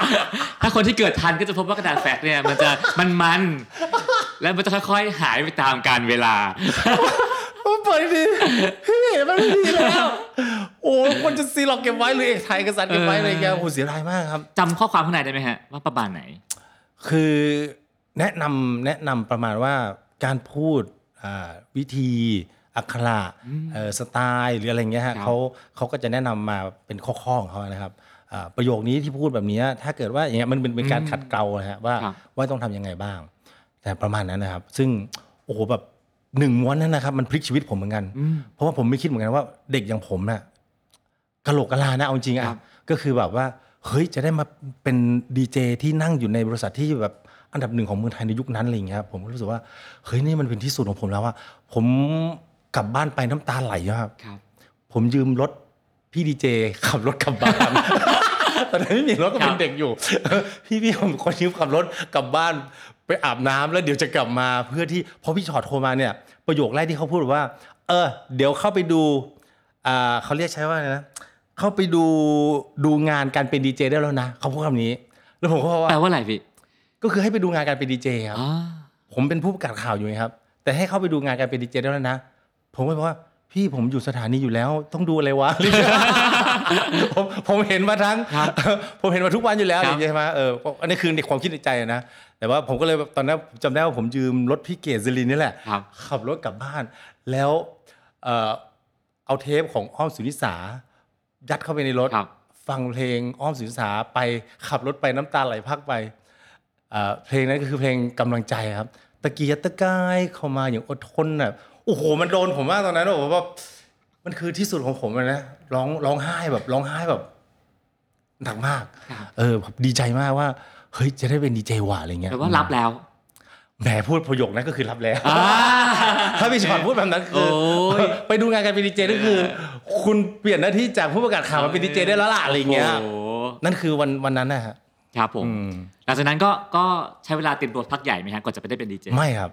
ถ้าคนที่เกิดทันก็จะพบว่ากระดาษแฟกซ์เนี่ยมันจะมันๆแล้วมันจะค่อยๆหายไปตามกาลเวลาผมเปิดดีพี่มันไม่ดีแล้วโอ้คนจะซีล็อกเก็บไว้หรือเอกไทยเอกสารเก็บไว้อะไรแกโหเสียดายมากครับจำข้อความข้างในได้ไหมฮะว่าประมาณไหนคือแนะนำแนะนำประมาณว่าการพูดวิธีอักขระสไตล์หรืออะไรเงี้ยฮะเขาเขาก็จะแนะนำมาเป็นข้อๆของเขานะครับประโยคนี้ที่พูดแบบนี้ถ้าเกิดว่าอย่างเงี้ยมันเป็นการขัดเกลานะฮะว่าว่าต้องทำยังไงบ้างแต่ประมาณนั้นนะครับซึ่งโอ้โหแบบหนึ่งม้วนนั้นนะครับมันพลิกชีวิตผมเหมือนกันเพราะว่าผมไม่คิดเหมือนกันว่าเด็กอย่างผมน่ะกะโหลกกะลานะเอาจริงอ่ะก็คือแบบว่าเฮ้ยจะได้มาเป็นดีเจที่นั่งอยู่ในบริษัทที่แบบอันดับหนึ่งของเมืองไทยในยุคนั้นอะไรอย่างเงี้ยผมก็รู้สึกว่าเฮ้ยนี่มันเป็นที่สุดของผมแล้วว่าผมกลับบ้านไปน้ำตาไหลครับผมยืมรถพี่ดีเจขับรถกลับบ้านตอนนั้นไม่มีรถก็เป็นเด็กอยู่พี่พี่ผมคนยืมขับรถกลับบ้านไปอาบน้ำแล้วเดี๋ยวจะกลับมาเพื่อที่พอพี่ชอตโทรมาเนี่ยประโยคแรกที่เขาพูดว่าเออเดี๋ยวเข้าไปดูอ่าเขาเรียกใช้ว่าไงนะเข้าไปดูดูงานการเป็นดีเจได้แล้วนะเขาพูดคำนี้แล้วผมก็ว่าแปลว่าอะไรพี่ก็คือให้ไปดูงานการเป็นดีเจครับผมเป็นผู้ประกาศข่าวอยู่ครับแต่ให้เข้าไปดูงานการเป็นดีเจได้แล้วนะผมก็บอกว่าพี่ผมอยู่สถานีอยู่แล้วต้องดูอะไรวะ ผมผมเห็นมาทั้งผมเห็นมาทุกวันอยู่แล้วใช่ไหมเอออันนี้คือในความคิดในใจนะแต่ว่าผมก็เลยตอนนั้นจำได้ว่าผมยืมรถพี่เกศซิลินนี่แหละขับรถกลับบ้านแล้วเออเอาเทปของอ้อมสุนิสายัดเข้าไปในรถฟังเพลงอ้อมสุนิสาไปขับรถไปน้ำตาไหลพรากไปเพลงนั้นก็คือเพลงกำลังใจครับตะเกียกตะกายเข้ามาอย่างอดทนน่ะโอ้โหมันโดนผมมากตอนนั้นผมว่ามันคือที่สุดของผมเลยนะร้องร้องไห้แบบร้องไห้แบบหนักมากเออผมดีใจมากว่าเฮ้ยจะได้เป็นดีเจว่ะอะไรเงี้ยแต่ว่ารับแล้วแหมพูดประโยคนั้นก็คือรับแล้วถ้าพี่ชอตพูดแบบนั้นคือไปดูงานการเป็นดีเจก็คือคุณเปลี่ยนหน้าที่จากผู้ประกาศข่าวมาเป็นดีเจได้แล้วล่ะอะไรเงี้ยนั่นคือวันวันนั้นนะฮะครับผมหลังจากนั้นก็ก็ใช้เวลาเตรียมตัวพักใหญ่ไหมฮะก่อนจะไปได้เป็นดีเจไม่ครับ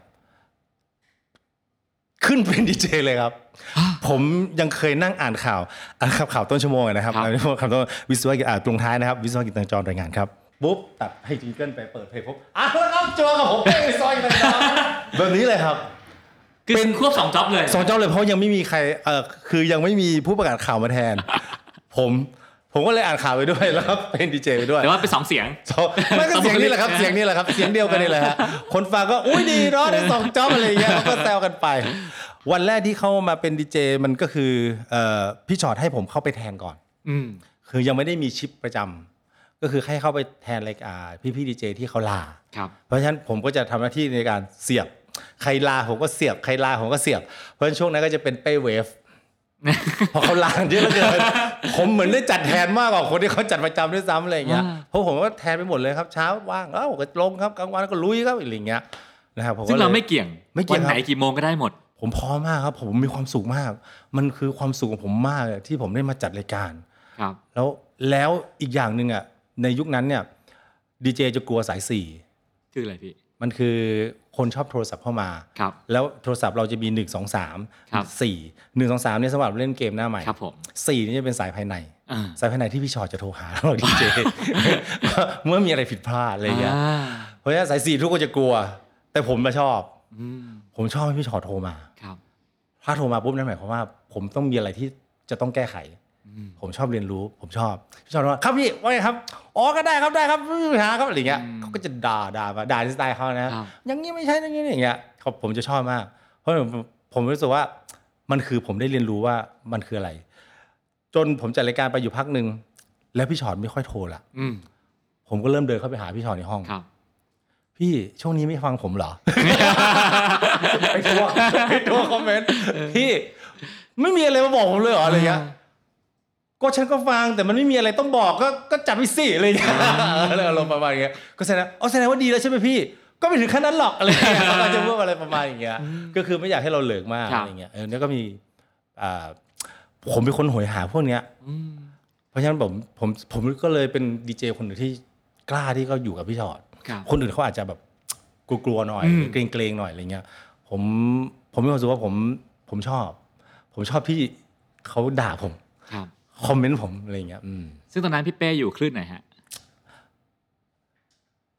ขึ้นเป็นดีเจเลยครับผมยังเคยนั่งอ่านข่าวอ่านข่าวต้นชั่วโมงนะครับข่าวต้นวิศวกิจตรงท้ายนะครับวิศวกิจตังจรรายงานครับปุ๊บตัดให้จิงเกิลไปเปิดเพลงปุ๊บอ่ะแล้วครับจัวกับผมไปซอยตังจรแบบนี้เลยครับเป็นควบสองจ็อบเลยสองจ็อบเลยเพราะยังไม่มีใครเออคือยังไม่มีผู้ประกาศข่าวมาแทนผมผมก็เลยอ่านข่าวไปด้วยแล้วเป็นดีเจไปด้วยแต่ว่าเป็นสองเสียงไม่ก็เสียงนี่แหละครับเสียงนี่แหละครับเสียงเดียวกันนี่แหละฮะคนฟังก็อุ้ยดีเนาะได้สองจ็อบอะไรอย่างเงี้ยก็แซวกันไปวันแรกที่เข้ามาเป็นดีเจมันก็คือพี่ชอตให้ผมเข้าไปแทนก่อนคือยังไม่ได้มีชิปประจำก็คือให้เข้าไปแทนรายการพี่ๆดีเจที่เขาลาเพราะฉะนั้นผมก็จะทำหน้าที่ในการเสียบใครลาผมก็เสียบใครลาผมก็เสียบเพราะฉะนั้นช่วงนั้นก็จะเป็นเป้เวฟพอเขาลาเยอะเหลือเกินผมเหมือนได้จัดแทนมากกว่าคนที่เขาจัดประจำด้วยซ้ำอะไรอย่างเงี้ยเพราะผมก็แทนไปหมดเลยครับเช้าว่างแล้วก็ลงครับกลางวันก็ลุยครับอะไรอย่างเงี้ยนะครับซึ่งเราไม่เกี่ยงวันไหนกี่โมงก็ได้หมดผมพร้อมมากครับผมมีความสุขมากมันคือความสุขของผมมากที่ผมได้มาจัดรายการครับแล้วแล้วอีกอย่างนึงอ่ะในยุคนั้นเนี่ยดีเจจะกลัวสายสี่คืออะไรพี่มันคือคนชอบโทรศัพท์เข้ามาแล้วโทรศัพท์เราจะมีหนึ่ง สอง สาม สี่ หนึ่ง สอง สามเนี่ยสำหรับเล่นเกมหน้าใหม่สี่นี่จะเป็นสายภายในสายภายในที่พี่ชอตจะโทรหาเราดีเจเมื่อมีอะไรผิดพลาดอะไรอย่างเงี้ยเพราะฉะนั้นสายสี่ทุกคนจะกลัวแต่ผมมาชอบผมชอบให้พี่ชอตโทรมาถ้าโทรมาปุ๊บนั่นหมายความว่าผมต้องมีอะไรที่จะต้องแก้ไขผมชอบเรียนรู้ผมชอบพี่ชอบว่าครับพี่ว่าไงครับอ๋อก็ได้ครับได้ครับไม่มีปัญหาครับอะไรเงี้ยเขาก็จะด่าด่ามาด่าสไตล์เขานะอย่างนี้ไม่ใช่อย่างนี้อย่างเงี้ยผมจะชอบมากเพราะผมรู้สึกว่ามันคือผมได้เรียนรู้ว่ามันคืออะไรจนผมจัดรายการไปอยู่พักนึงแล้วพี่ชอตไม่ค่อยโทรละผมก็เริ่มเดินเข้าไปหาพี่ชอตในห้องพี่ช่วงนี้ไม่ฟังผมเหรอไปทัวร์ไปทัวร์คอมเมนต์พี่ไม่มีอะไรมาบอกผมเลยเหรออะไรเงี้ยก็ฉันก็ฟังแต่มันไม่มีอะไรต้องบอกก็ก็จัดไปสิอะไรอย่างเงี้ยอะไรอารมณ์ประมาณอย่างเงี้ยก็แสดงอ๋อแสดงว่าดีแล้วใช่ไหมพี่ก็ไม่ถึงขั้นนั้นหรอกอะไรเงี้ยเขาจะพูดอะไรประมาณอย่างเงี้ยก็คือไม่อยากให้เราเหลิกมากอะไรเงี้ยเออแล้วก็มีอ่าผมเป็นคนโหยหาพวกเนี้ยเพราะฉะนั้นผมผมผมก็เลยเป็นดีเจคนหนึ่งที่กล้าที่เขาอยู่กับพี่ชอตคนอื่นเขาอาจจะแบบกลัวๆหน่อยเกรงๆหน่อยอะไรเงี้ยผมผมมีความรู้สึกว่าผมผมชอบผมชอบที่เขาด่าผมคอมเมนต์ผมอะไรอย่างเงี้ยซึ่งตอนนั้นพี่เป้อยู่คลื่นไหนฮะ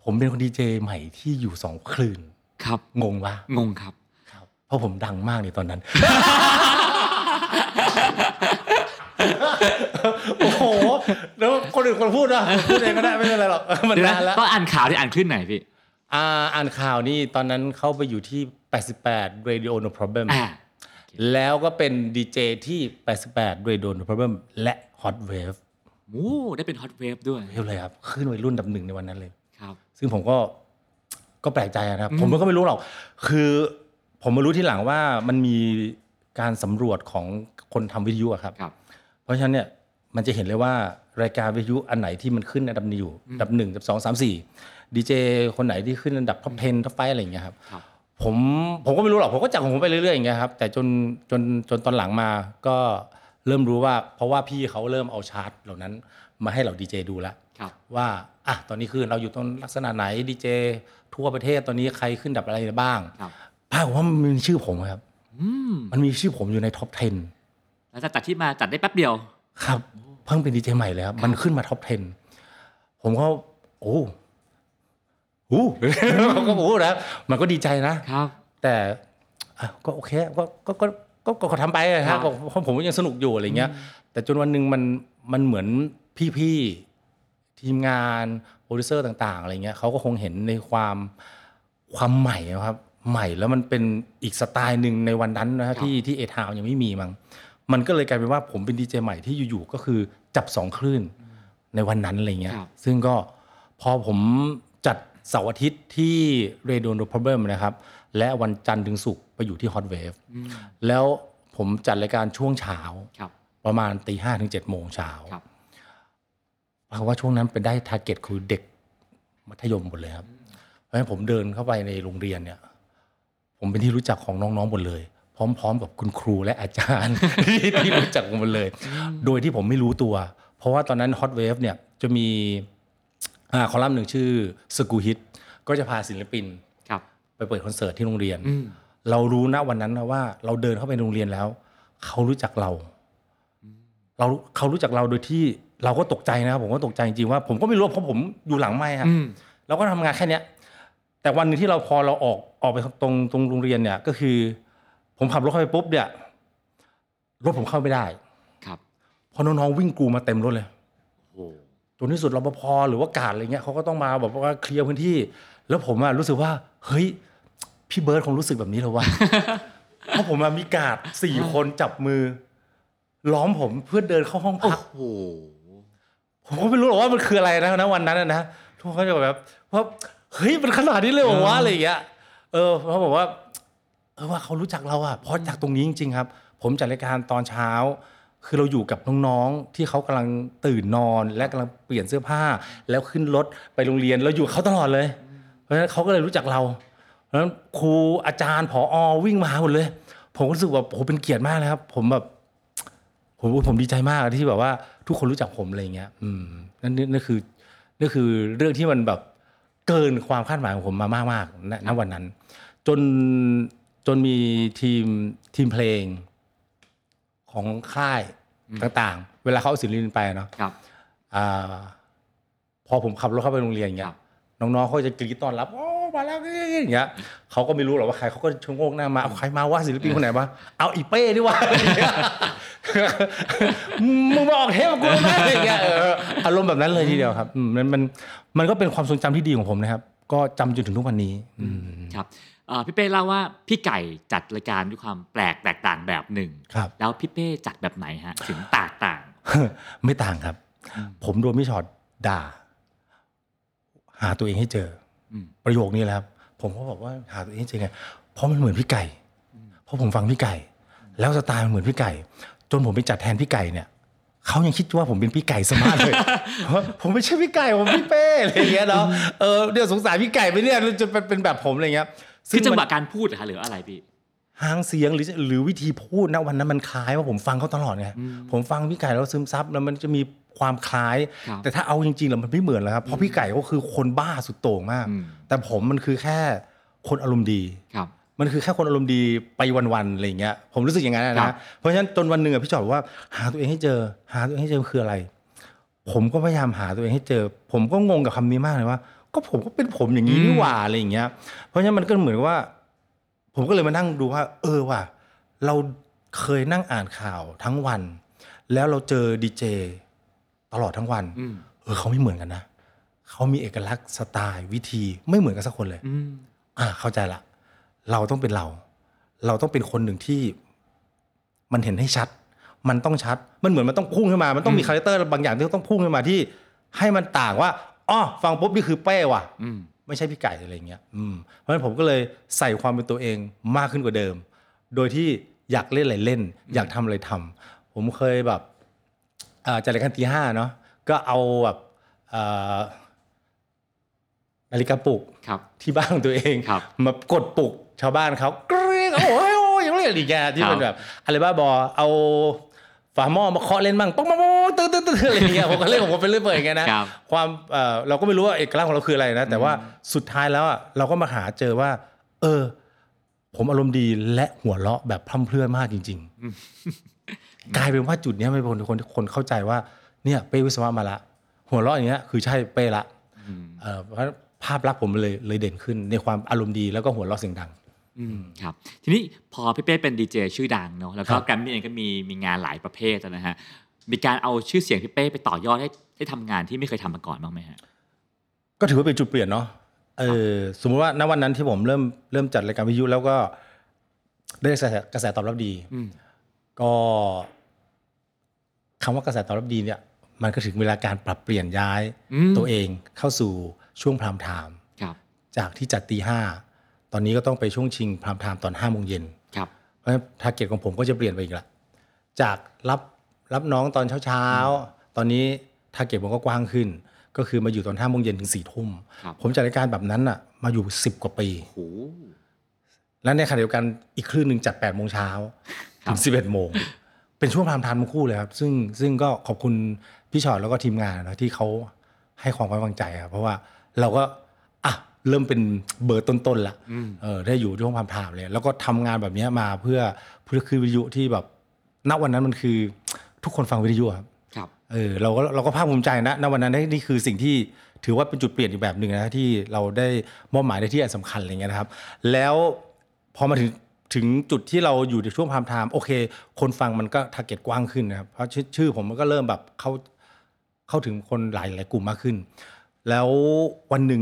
ผมเป็นคนดีเจใหม่ที่อยู่สองคลื่นครับงงปะงงครับครับเพราะผมดังมากในตอนนั้น โอ้โหแล้วคนอื่นคนพูดนะพูดเองก็ได้ไม่เป็นไรหรอกมันนานแล้วก็อ่านข่าวที่อ่านคลื่นไหนพี่อ่าอ่านข่าวนี่ตอนนั้นเข้าไปอยู่ที่แปดสิบแปด Radio No Problem แล้วก็เป็นดีเจที่แปดสิบแปด Radio No Problem และ Hot Wave โอ้ได้เป็น Hot Wave ด้วยเฮ้ยเลยครับขึ้นวัยรุ่นดับหนึ่งในวันนั้นเลยครับซึ่งผมก็ก็แปลกใจนะครับผมก็ไม่รู้หรอกคือผมมารู้ทีหลังว่ามันมีการสำรวจของคนทำวิทยุอะครับเพราะฉะนั้นเนี่ยมันจะเห็นเลยว่ารายการวิทยุอันไหนที่มันขึ้นอันดับนี้อยู่อันดับหนึ่งอันดับสองสามสี่ดีเจคนไหนที่ขึ้นอันดับท็อปสิบท็อปไฟว์อะไรอย่างเงี้ยครับผมผมก็ไม่รู้หรอกผมก็จับของผมไปเรื่อยๆอย่างเงี้ยครับแต่จนจนจนตอนหลังมาก็เริ่มรู้ว่าเพราะว่าพี่เขาเริ่มเอาชาร์ตเหล่านั้นมาให้เราดีเจดูแล้วว่าอ่ะตอนนี้คือเราอยู่ตรงลักษณะไหนดีเจทั่วประเทศตอนนี้ใครขึ้นอันดับอะไรบ้างป้าบอกว่ามันมีชื่อผมครับมันมีชื่อผมอยู่ในท็อปสิบแล้วจัดที่มาจัดได้แป๊บเดียวครับเพิ่งเป็นดีเจใหม่เลยครับมันขึ้นมาท็อปสิบผมก็โอ้โหก็โอ้นะมันก็ดีใจนะครับแต่ก็โอเคก็ก็ก็ก็ก็ทำไปนะครับเพราะผมยังสนุกอยู่อะไรเงี้ยแต่จนวันนึงมันมันเหมือนพี่ๆทีมงานโปรดิวเซอร์ต่างๆอะไรเงี้ยเขาก็คงเห็นในความความใหม่นะครับใหม่แล้วมันเป็นอีกสไตล์นึงในวันนั้นนะที่ที่เอทาวยังไม่มีมั้งมันก็เลยกลายเป็นว่าผมเป็นดีเจใหม่ที่อยู่ๆก็คือจับสองคลื่นในวันนั้นอะไรเงี้ยซึ่งก็พอผมจัดเสาร์อาทิตย์ที่ Radio No Problem นะครับและวันจันทร์ถึงศุกร์ไปอยู่ที่ Hot Wave แล้วผมจัดรายการช่วงเช้าประมาณตีห้าถึงเจ็ดโมงเช้าเพราะว่าช่วงนั้นเป็นได้ทาร์เก็ตคือเด็กมัธยมหมดเลยครับเพราะฉะนั้นผมเดินเข้าไปในโรงเรียนเนี่ยผมเป็นที่รู้จักของน้องๆหมดเลยพร้อมๆกับคุณครูและอาจารย์ที่รู้จักกันหมดเลยโดยที่ผมไม่รู้ตัวเพราะว่าตอนนั้น Hot Wave เนี่ยจะมีอ่าคอลัมน์หนึ่งชื่อสกูฮิตก็จะพาศิลปินไปเปิดคอนเสิร์ตที่โรงเรียนเรารู้นะวันนั้นนะว่าเราเดินเข้าไปในโรงเรียนแล้วเขารู้จักเราเราเขารู้จักเราโดยที่เราก็ตกใจนะครับผมก็ตกใจจริงๆว่าผมก็ไม่รู้เพราะผมอยู่หลังไมค์ครับเราก็ทำงานแค่นี้แต่วันนึงที่เราพอเราออกออกไปตรงตรงโรงเรียนเนี่ยก็คือผมขับรถเข้าไปปุ๊บเนี่ยรถผมเข้าไม่ได้ครับพอน้องๆวิ่งกรูมาเต็มรถเลยโอ้จนที่สุดรปภหรือว่ากาดอะไรเงี้ยเขาก็ต้องมาแบบว่าเคลียร์พื้นที่แล้วผมอะรู้สึกว่าเฮ้ยพี่เบิร์ดคงรู้สึกแบบนี้เหรอวะ เพราะผมมีกาดสี่คนจับมือล้อมผมเพื่อเดินเข้าห้องพักโอ้ผมก็ไม่รู้หรอกว่ามันคืออะไรนะนะวันนั้นนะทุกคนก็จะแบบว่าเฮ้ยมันขนาดนี้เลยเหรอวะอะไรอย่างเงี้ยเออเขาบอกว่าเออว่าเขารู้จักเราอะเพราะจากตรงนี้จริงๆครับผมจัดรายการตอนเช้าคือเราอยู่กับน้องๆที่เขากำลังตื่นนอนและกำลังเปลี่ยนเสื้อผ้าแล้วขึ้นรถไปโรงเรียนเราอยู่เขาตลอดเลยเพราะฉะนั้นเขาก็เลยรู้จักเราเพราะฉะนั้นครูอาจารย์ผอ.วิ่งมาหมดเลยผมรู้สึกว่าโหเป็นเกียรติมากเลยครับผมแบบผมผมดีใจมากที่แบบว่าทุกคนรู้จักผมอะไรเงี้ยอืมนั่นนั่นคือนั่นคือเรื่องที่มันแบบเกินความคาดหมายของผมมามากๆณวันนั้นจนจนมีทีมทีมเพลงของค่ายต่างๆเวลาเขาเอาศิลปินไปเนาะอ่าพอผมขับรถเข้าไปโรงเรียนอย่างเงี้ยน้องๆเขาจะกรี๊ดต้อนรับโอ้มาแล้วอย่างเงี้ยเขาก็ไม่รู้หรอกว่าใครเขาก็ชะโงกหน้ามาเอาใครมาว่าศิลปินคนไหนวะเอาอีเป้ดิวะมึงมาออกเทปกับกูไหมอะไรเงี้ยอารมณ์แบบนั้นเลยทีเดียวครับมันมันมันก็เป็นความทรงจำที่ดีของผมนะครับก็จำจนถึงทุกวันนี้ครับพี่เป้เล่าว่าพี่ไก่จัดรายการด้วยความแปลกแตกต่างแบบหนึ่งแล้วพี่เป้จัดแบบไหนฮะถึงแตกต่างไม่ต่างครับผมโดนพี่ชอตด่าหาตัวเองให้เจอประโยคนี้แหละครับผมก็บอกว่าหาตัวเองให้เจอไงเพราะมันเหมือนพี่ไก่เพราะผมฟังพี่ไก่แล้วสไตล์มันเหมือนพี่ไก่จนผมไปจัดแทนพี่ไก่เนี่ยเขายังคิดว่าผมเป็นพี่ไก่สมาร์ทเลยผมไม่ใช่พี่ไก่ผมพี่เป้อะไรอย่างเงี้ยเนาะเออเดี๋ยวสงสารพี่ไก่ไปเนี่ยจะเป็นแบบผมอะไรเงี้ยคือจังหวะการพูดหรืออะไรพี่หางเสียงหรือหรือวิธีพูดนะวันนั้นมันคล้ายว่าผมฟังเขาตลอดไงผมฟังพี่ไก่แล้วซึมซับแล้วมันจะมีความคล้ายแต่ถ้าเอาจริงๆแล้วมันไม่เหมือนแล้วครับเพราะพี่ไก่ก็คือคนบ้าสุดโต่งมากแต่ผมมันคือแค่คนอารมณ์ดีมันคือแค่คนอารมณ์ดีไปวันๆอะไรอย่างเงี้ยผมรู้สึกอย่างนั้นนะเพราะฉะนั้นจนวันนึงอ่ะพี่จอดบอกว่าหาตัวเองให้เจอหาตัวเองให้เจอคืออะไรผมก็พยายามหาตัวเองให้เจอผมก็งงกับคำนี้มากเลยว่าก็ผมก็เป็นผมอย่างนี้นี่หว่าอะไรอย่างเงี้ยเพราะฉะนั้นมันก็เหมือนว่าผมก็เลยมานั่งดูว่าเออว่ะเราเคยนั่งอ่านข่าวทั้งวันแล้วเราเจอดีเจตลอดทั้งวันเออเขาไม่เหมือนกันนะเขามีเอกลักษณ์สไตล์วิธีไม่เหมือนกันสักคนเลยอ่าเข้าใจละเราต้องเป็นเราเราต้องเป็นคนหนึ่งที่มันเห็นให้ชัดมันต้องชัดมันเหมือนมันต้องพุ่งขึ้นมามันต้องมีคาแรคเตอร์บางอย่างที่ต้องพุ่งขึ้นมาที่ให้มันต่างว่าอ๋อฟังปุ๊บนี่คือเป้ว่ะไม่ใช่พี่ไก่อะไรเงี้ยเพราะฉะนั้นผมก็เลยใส่ความเป็นตัวเองมากขึ้นกว่าเดิมโดยที่อยากเล่นอะไรเล่นอยากทำอะไรทำผมเคยแบบจัดรายการตีห้าเนาะก็เอาแบบนาฬิกาปลุกที่บ้านของตัวเองมากดปลุกชาวบ้านเขากรี๊ดโอ้ยโอ้ยอย่างเงี้ยอะไรแกที่เป็นแบบอะไรบ้าบอเอาฝาหม้อมาเคาะเล่นบ้างป๊อกป๊อกป๊อกตื้อตื้อตื้ออะไรอย่างเงี้ยผมก็เล่นของผมเป็นเรื่อยๆอย่างเงี้ยนะความเราก็ไม่รู้ว่าเอกลักษณ์ของเราคืออะไรนะแต่ว่าสุดท้ายแล้วเราก็มาหาเจอว่าเออผมอารมณ์ดีและหัวเราะแบบพร่ำเพรื่อมากจริงๆกลายเป็นว่าจุดนี้ไม่เป็นคนคนเข้าใจว่าเนี่ยเป้วิศวะมาละหัวเราะอย่างเงี้ยคือใช่เป้ละเพราะภาพลักษณ์ผมเลยเลยเด่นขึ้นในความอารมณ์ดีแล้วก็หัวเราะเสียงดังอืมครับทีนี้พอพี่เป้เป็นดีเจชื่อดังเนาะแล้วก็แกรมมี่เองก็มีมีงานหลายประเภทนะฮะมีการเอาชื่อเสียงพี่เป้ไปต่อยอดให้ให้ทำงานที่ไม่เคยทำมาก่อนบ้างไหมฮะก็ถือว่าเป็นจุดเปลี่ยนเนาะเออสมมติว่าณวันนั้นที่ผมเริ่มเริ่มจัดรายการวิทยุแล้วก็ได้กระแสกระแสตอบรับดีก็คำว่ากระแสตอบรับดีเนี่ยมันก็ถึงเวลาการปรับเปลี่ยนย้ายตัวเองเข้าสู่ช่วงพรามไทม์จากที่จัดตีห้าตอนนี้ก็ต้องไปช่วงชิงพรามไทม์ตอนห้าโมงเย็นเพราะฉะนั้นทาร์เก็ตของผมก็จะเปลี่ยนไปอีกละจากรับรับน้องตอนเช้าๆตอนนี้ทาร์เก็ตผมก็กว้างขึ้นก็คือมาอยู่ตอนห้าโมงเย็นถึงสี่ทุ่มผมจัดรายการแบบนั้นอ่ะมาอยู่สิบกว่าปีและในขณะเดียวกันอีกคลื่นนึงจัดแปดโมงเช้าถึงสิบเอ็ดโมงเป็นช่วงพรามไทม์ทั้งคู่เลยครับซึ่งซึ่งก็ขอบคุณพี่ชอตแล้วก็ทีมงานนะที่เขาให้ความไว้วางใจครับเพราะว่าเราก็อ่ะเริ่มเป็นเบอร์ต้นๆละเออได้อยู่ช่วงพรามไทม์เลยแล้วก็ทำงานแบบนี้มาเพื่อเพื่อคือวิทยุที่แบบณวันนั้นมันคือทุกคนฟังวิทยุครับเออเราก็เราก็ภาคภูมิใจนะณวันนั้นนี่คือสิ่งที่ถือว่าเป็นจุดเปลี่ยนอีกแบบนึงนะที่เราได้มอบหมายในที่อันสำคัญอะไรเงี้ยนะครับแล้วพอมาถึงถึงจุดที่เราอยู่ในช่วงพรามไทม์โอเคคนฟังมันก็ทาร์เก็ตกว้างขึ้นนะครับเพราะชื่อผมมันก็เริ่มแบบเข้าเข้าถึงคนหลายหลายกลุ่มมากขึ้นแล้ววันหนึ่ง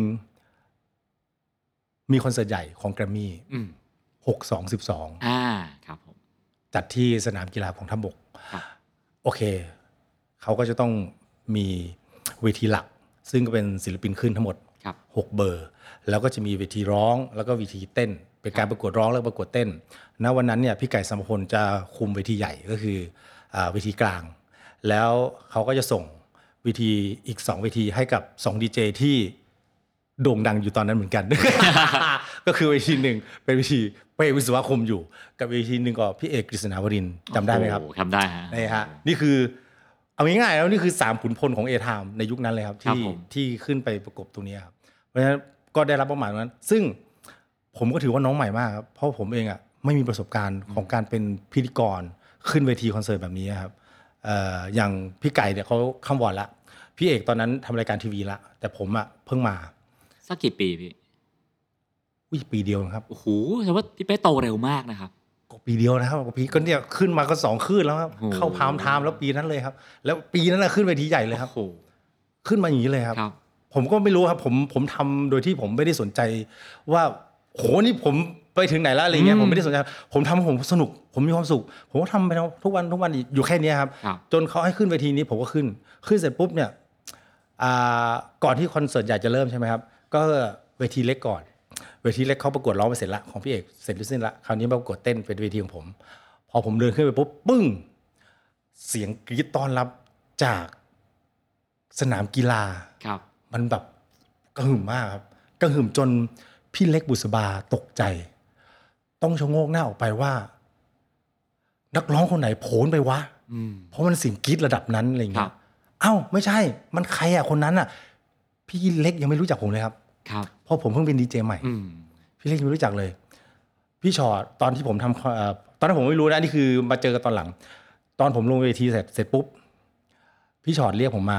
มีคอนเสิร์ตใหญ่ของแกรมมี่หก สอง สิบสองอ่าครับผมจัดที่สนามกีฬากองทัพบกโอเคเขาก็จะต้องมีเวทีหลักซึ่งก็เป็นศิลปินขึ้นทั้งหมดหกเบอร์แล้วก็จะมีเวทีร้องแล้วก็เวทีเต้นเป็นการประกวดร้องแล้วประกวดเต้นณวันนั้นเนี่ยพี่ไก่สัมพลจะคุมเวทีใหญ่ก็คือเวทีกลางแล้วเขาก็จะส่งเวทีอีกสองเวทีให้กับสองดีเจที่โด่งดังอยู่ตอนนั้นเหมือนกัน ก็คือเวทีหนึ่งเป็นเวทีเป้วิศวะคมอยู่กับเวทีหนึ่งก็พี่เอกกฤษณาวรินทร์จำได้ไหมครับจำได้ฮะนี่ฮะนี่คือเอาง่ายๆแล้วนี่คือสามขุนพลของ A-Time ในยุคนั้นเลยครับที่ที่ขึ้นไปประกบตรงนี้ครับเพราะฉะนั้นก็ได้รับเป้าหมายนั้นซึ่งผมก็ถือว่าน้องใหม่มากครับเพราะผมเองอ่ะไม่มีประสบการณ์ของการเป็นพิธีกรขึ้นเวทีคอนเสิร์ตแบบนี้ครับเอ่ออย่างพี่ไก่เนี่ยเขาข้ามวอร์ดละพี่เอกตอนนั้นทำรายการทีวีละแต่ผมอ่ะเพิ่งมาสักกี่ปีพี่อุ้ยปีเดียวครับโอ้โหแต่ว่าพี่เป้โตเร็วมากนะครับก็ปีเดียวนะครับก็ปีก็เนี่ยขึ้นมาก็สองคืนแล้วครับเข้าพามไทม์แล้วปีนั้นเลยครับแล้วปีนั้นน่ะขึ้นเวทีใหญ่เลยครับขึ้นมาอย่างนี้เลยครับผมก็ไม่รู้ครับผมผมทำโดยที่ผมไม่ได้สนใจว่าโหนี่ผมไปถึงไหนแล้วอะไรเงี้ยผมไม่ได้สนใจผมทำผมสนุกผมมีความสุขผมก็ทำไปทุกวันทุกวันอยู่แค่นี้ครับจนเขาให้ขึ้นเวทีนี้ผมก็ขึ้นขึ้นเสร็จปุ๊บเนี่ยก่อนที่คอนเสิร์ตใหญ่จะเริ่มใช่ไหมครับก็เวทีเล็กก่อนเวทีเล็กเขาประกวดร้องไปเสร็จละของพี่เอกเสร็จสิ้นละคราวนี้มาประกวดเต้นเป็นเวทีของผมพอผมเดินขึ้นไปปุ๊บปึ้งเสียงกรี๊ดต้อนรับจากสนามกีฬามันแบบกระหึ่มมากครับกระหึ่มจนพี่เล็กบุษบาตกใจต้องชะโงกหน้าออกไปว่านักร้องคนไหนโผล่ไปวะเพราะมันเสียงกรี๊ดระดับนั้นอะไรอย่างเงี้ยเอ้าไม่ใช่มันใครอ่ะคนนั้นอ่ะพี่เล็กยังไม่รู้จักผมเลยครับเพราะผมเพิ่งเป็นดีเจใหม่พี่เล็กไม่รู้จักเลยพี่ชอตตอนที่ผมทำตอนนั้นผมไม่รู้นะนี่คือมาเจอกันตอนหลังตอนผมลงเวทีเสร็จเสร็จปุ๊บพี่ชอตเรียกผมมา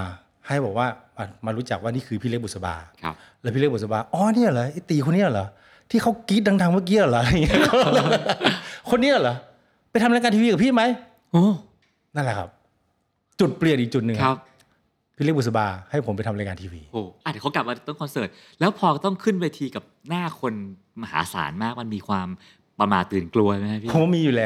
ให้บอกว่ามามารู้จักว่านี่คือพี่เล็กบุษบาครับแล้วพี่เล็กบุษบาอ๋อเนี่ยเหรอไอ้ตีคนนี้เหรอที่เขากรี๊ดดังๆเมื่อกี้เหรออะไรเงี้ย คนนี้เหรอไปทำรายการทีวีกับพี่ไหมโอ้นั่นแหละครับจุดเปลี่ยนอีกจุดหนึ่งครับพี่เล็กบุษบาให้ผมไปทำรายการทีวีโอ้อ่ะเดี๋ยวเขากลับมาต้นคอนเสิร์ตแล้วพอต้องขึ้นเวทีกับหน้าคนมหาศาลมากมันมีความประมาทตื่นกลัวไหมพี่ผมว่ามีอยู่แล้ว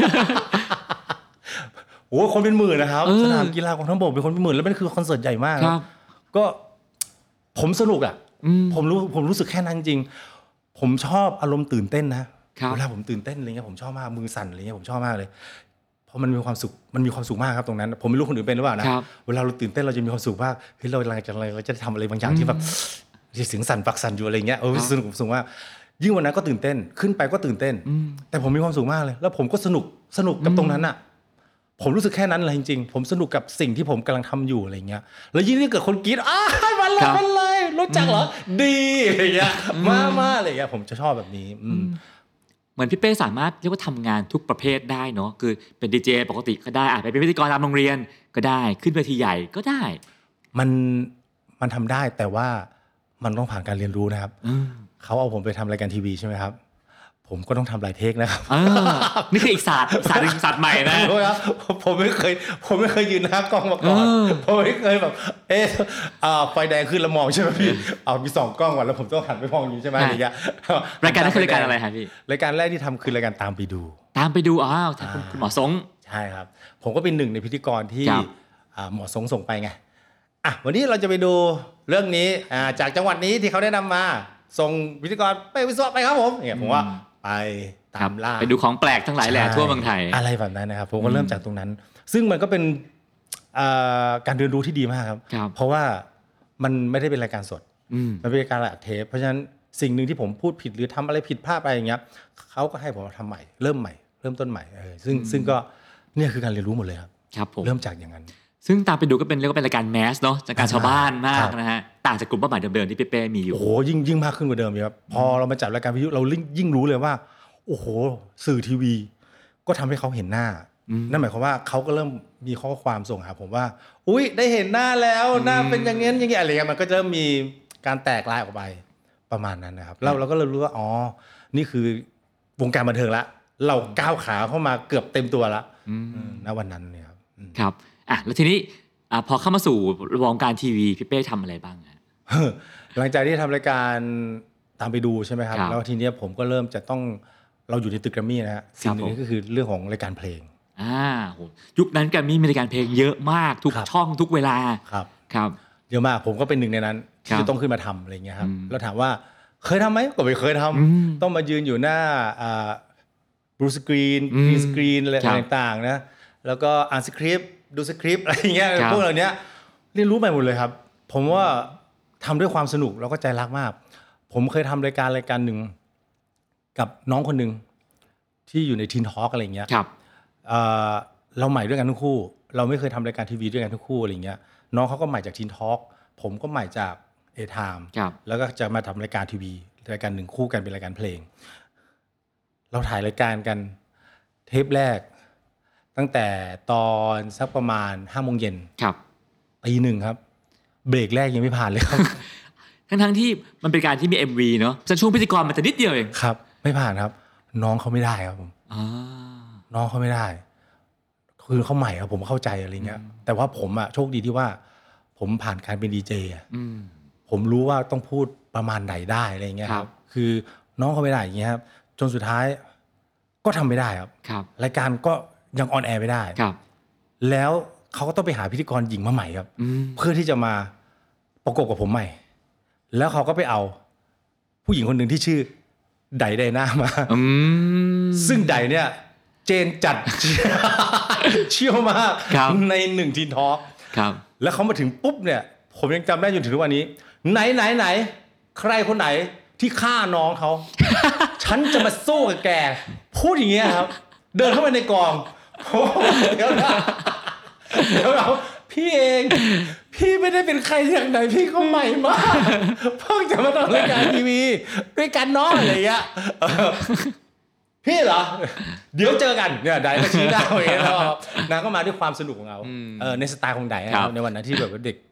โอ้คนเป็นหมื่นนะครับเออสนามกีฬากองทัพบกเป็นคนเป็นหมื่นแล้วมันคือคอนเสิร์ตใหญ่มากครับก็ผมสนุกอ่ะอืมผมรู้ผมรู้สึกแค่นั้นจริงผมชอบอารมณ์ตื่นเต้นนะครับ เวลาผมตื่นเต้นอะไรเงี้ยผมชอบมากมือสั่นอะไรเงี้ยผมชอบมากเลยเพราะมันมีความสุขมันมีความสุขมากครับตรงนั้นผมไม่รู้คนอื่นเป็นหรือเปล่านะครับ เวลาเราตื่นเต้นเราจะมีความสุขว่าเฮ้ยเรากำลังจะอะไรเราจะทำอะไรบางอย่างที่แบบเสียงสั่นปักสั่นอยู่อะไรเงี้ยเออครับสนุกสนุกมากยิ่งวันนั้นก็ตื่นเต้นขึ้นไปก็ตื่นเต้นอืมแต่ผมมีความสุขมากเลยแล้วผมก็สนุกสนุกกับตรงนั้นอ่ะผมรู้สึกแค่นั้นเลยจริงๆผมสนุกกับสิ่งที่ผมกำลังทำอยู่อะไรเงี้ยแล้วยิ่งถ้าเกิดคนกรี๊ดอ้าวมันเลยครับมันเลยรู้จักเหรอดีอะไรเงี้ยมามาอะไรเงี้ยผมจะชอบแบบนี้อืมเหมือนพี่เป้สามารถเรียกว่าทำงานทุกประเภทได้เนาะคือเป็นดีเจปกติก็ได้อาจไปเป็นพิธีกรตามโรงเรียนก็ได้ขึ้นเวทีใหญ่ก็ได้มันมันทำได้แต่ว่ามันต้องผ่านการเรียนรู้นะครับอืมเขาเอาผมไปทำรายการทีวีใช่ไหมครับผมก็ต้องทำหลายเทคนะครับเออนี่คืออีกศาสตร์ศาสตร์หนึ่งศาสตร์ใหม่นะครับผมไม่เคยผมไม่เคยยืนหน้ากล้องมาก่อนเออผมไม่เคยแบบเอ๊ะอ่าไฟแดงขึ้นแล้วมองใช่ไหมพี่เอามีสองกล้องก่อนแล้วผมต้องหันไปมองอยู่ใช่ไหมอะไรอย่างเงี้ยรายการนั้นคือรายการอะไรครับพี่รายการแรกที่ทำคือรายการตามไปดูตามไปดูอ้าวคุณคุณหมอสงใช่ครับผมก็เป็นหนึ่งในพิธีกรที่ครับอ่าหมอสงส่งไปไงอ่ะวันนี้เราจะไปดูเรื่องนี้อ่าจากจังหวัดนี้ที่เขาได้นำมาส่งพิธีกรไปวิศวะไปครับผมเนี่ยผมว่าไปตามล่าไปดูของแปลกทั้งหลายแหล่ทั่วเมืองไทยอะไรแบบนั้นนะครับผมก็เริ่มจากตรงนั้น ซึ่งมันก็เป็นอ่าการเรียนรู้ที่ดีมากครับครับเพราะว่ามันไม่ได้เป็นรายการสดอืมมันเป็นรายการอัดเทปเพราะฉะนั้นสิ่งหนึ่งที่ผมพูดผิดหรือทำอะไรผิดพลาดไปอย่างเงี้ยเขาก็ให้ผมทำใหม่เริ่มใหม่เริ่มต้นใหม่เออซึ่งซึ่งก็เนี่ยคือการเรียนรู้หมดเลยครับครับผมเริ่มจากอย่างนั้นซึ่งตามไปดูก็เป็นเรียกว่าเป็นรายการแมสเนาะจากการชาวบ้านมาครักบนะฮะต่างจากกลุ่มเป้าหมายเดิมๆที่พี่เป้มีอยู่โอ้โหยิ่งยิ่งมากขึ้นกว่าเดิมอีกครับพอเรามาจัดรายการวิทยุเรายิ่งรู้เลยว่าโอ้โหสื่อทีวีก็ทำให้เขาเห็นหน้าอืมนั่นหมายความว่าเขาก็เริ่มมีข้อความส่งหาผมว่าอุ๊ยได้เห็นหน้าแล้วหน้าเป็นอย่างงี้อย่างงี้อะไรเงี้ยมันก็จะเริ่มมีการแตกลายออกไปประมาณนั้นนะครับเราเราก็เลยรู้ว่าอ๋อนี่คือวงการบันเทิงละเราก้าวขาเข้ามาเกือบเต็มตัวละอืมอืมณวันนั้นเนี่ยครับอืมครับอ่ะแล้วทีนี้อ่ะพอเข้ามาสู่วงการทีวีพี่เป้ทำอะไรบ้างฮะหลังจากที่ทำรายการตามไปดูใช่ไหมครับครับแล้วทีเนี้ยผมก็เริ่มจะต้องเราอยู่ในตึกแกรมมี่นะฮะสิ่งหนึ่ผมงก็คือเรื่องของรายการเพลงอ่าโหยุคนั้นแกรมมี่มีรายการเพลงเยอะมากทุกครับช่องทุกเวลาครับครับเยอะมากผมก็เป็นหนึ่งในนั้นครัที่บจะต้องขึ้นมาทำอะไรเงี้ยครับอืมแล้วถามว่าเคยทำไหมก็ไม่เคยทำอืมต้องมายืนอยู่หน้าบลูสกรีนอืมกรีนสกรีนอะไรครับต่างๆนะแล้วก็อ่านสคริปต์ดูสคริปต์อะไรเงี้ยครับพวกเหล่านี้เรียนรู้ใหม่หมดเลยครับ ผมว่าทำด้วยความสนุกแล้วก็ใจรักมาก ผมเคยทำรายการรายการหนึ่งกับน้องคนหนึ่งที่อยู่ในทีนทอล์กอะไรเงี้ยครับเอ่อเราใหม่ด้วยกันทั้งคู่ เราไม่เคยทำรายการทีวีด้วยกันทั้งคู่อะไรเงี้ยน้องเขาก็ใหม่จากทีนทอล์กผมก็ใหม่จากเอไทม์ครับแล้วก็จะมาทำรายการทีวีรายการหนึ่งคู่กันเป็นรายการเพลง เราถ่ายรายการกันเทปแรก ตั้งแต่ตอนสักประมาณห้าโมงเย็นครับตีหนึ่งครับ เบรกแรกยังไม่ผ่านเลยครับทั้งๆที่มันเป็นการที่มี เอ็ม วี เนาะแต่ช่วงพิธีกรมันจะนิดเดียวเองครับ ไม่ผ่านครับ น้องเขาไม่ได้ครับผมอ่าน้องเขาไม่ได้ คือเขาใหม่ครับผมเข้าใจอะไรเงี้ย แต่ว่าผมอะโชคดีที่ว่า ผมผ่านการเป็นดีเจอะอืมผมรู้ว่าต้องพูดประมาณไหนได้อะไรเงี้ยคครัรับ บ คือน้องเขาไม่ได้อย่างเงี้ยครับ จนสุดท้ายก็ทำไม่ได้ครับครับรายการก็ยังออนแอร์ไม่ได้ครับแล้วเขาก็ต้องไปหาพิธีกรหญิงมาใหม่ครับอืมเพื่อที่จะมาประกบกับผมใหม่ แล้วเขาก็ไปเอาผู้หญิงคนหนึ่งที่ชื่อไดไดนามาอืมซึ่งไดเนี่ย เจนจัด เชี่ยวมากครับในหนึ่งทีนทอล์กครับแล้วเขามาถึงปุ๊บเนี่ย ผมยังจำได้จนถึงทุกวันนี้ ไหนไหนไหนใครคนไหนที่ฆ่าน้องเขา ฉันจะมาสู้กับแก พูดอย่างเงี้ยครับ เดินเข้าไปในกองโอ้เดี๋ยวนะเดี๋ยวเราพี่เอง พี่ไม่ได้เป็นใครอย่างไหนพี่ก็ใหม่มากเพิ่งจะมาทำรายการทีวีด้วยกันน้องอะไรอย่างเงี้ยเออพี่เหรอ เดี๋ยวเจอกันเนี่ยไดก็ชี้หน้าอย่างเงี้ยแล้วนางก็มาด้วยความสนุกของเราเออในสไตล์ของไดนะครับในวันนั้นที่แบบว่าเด็ก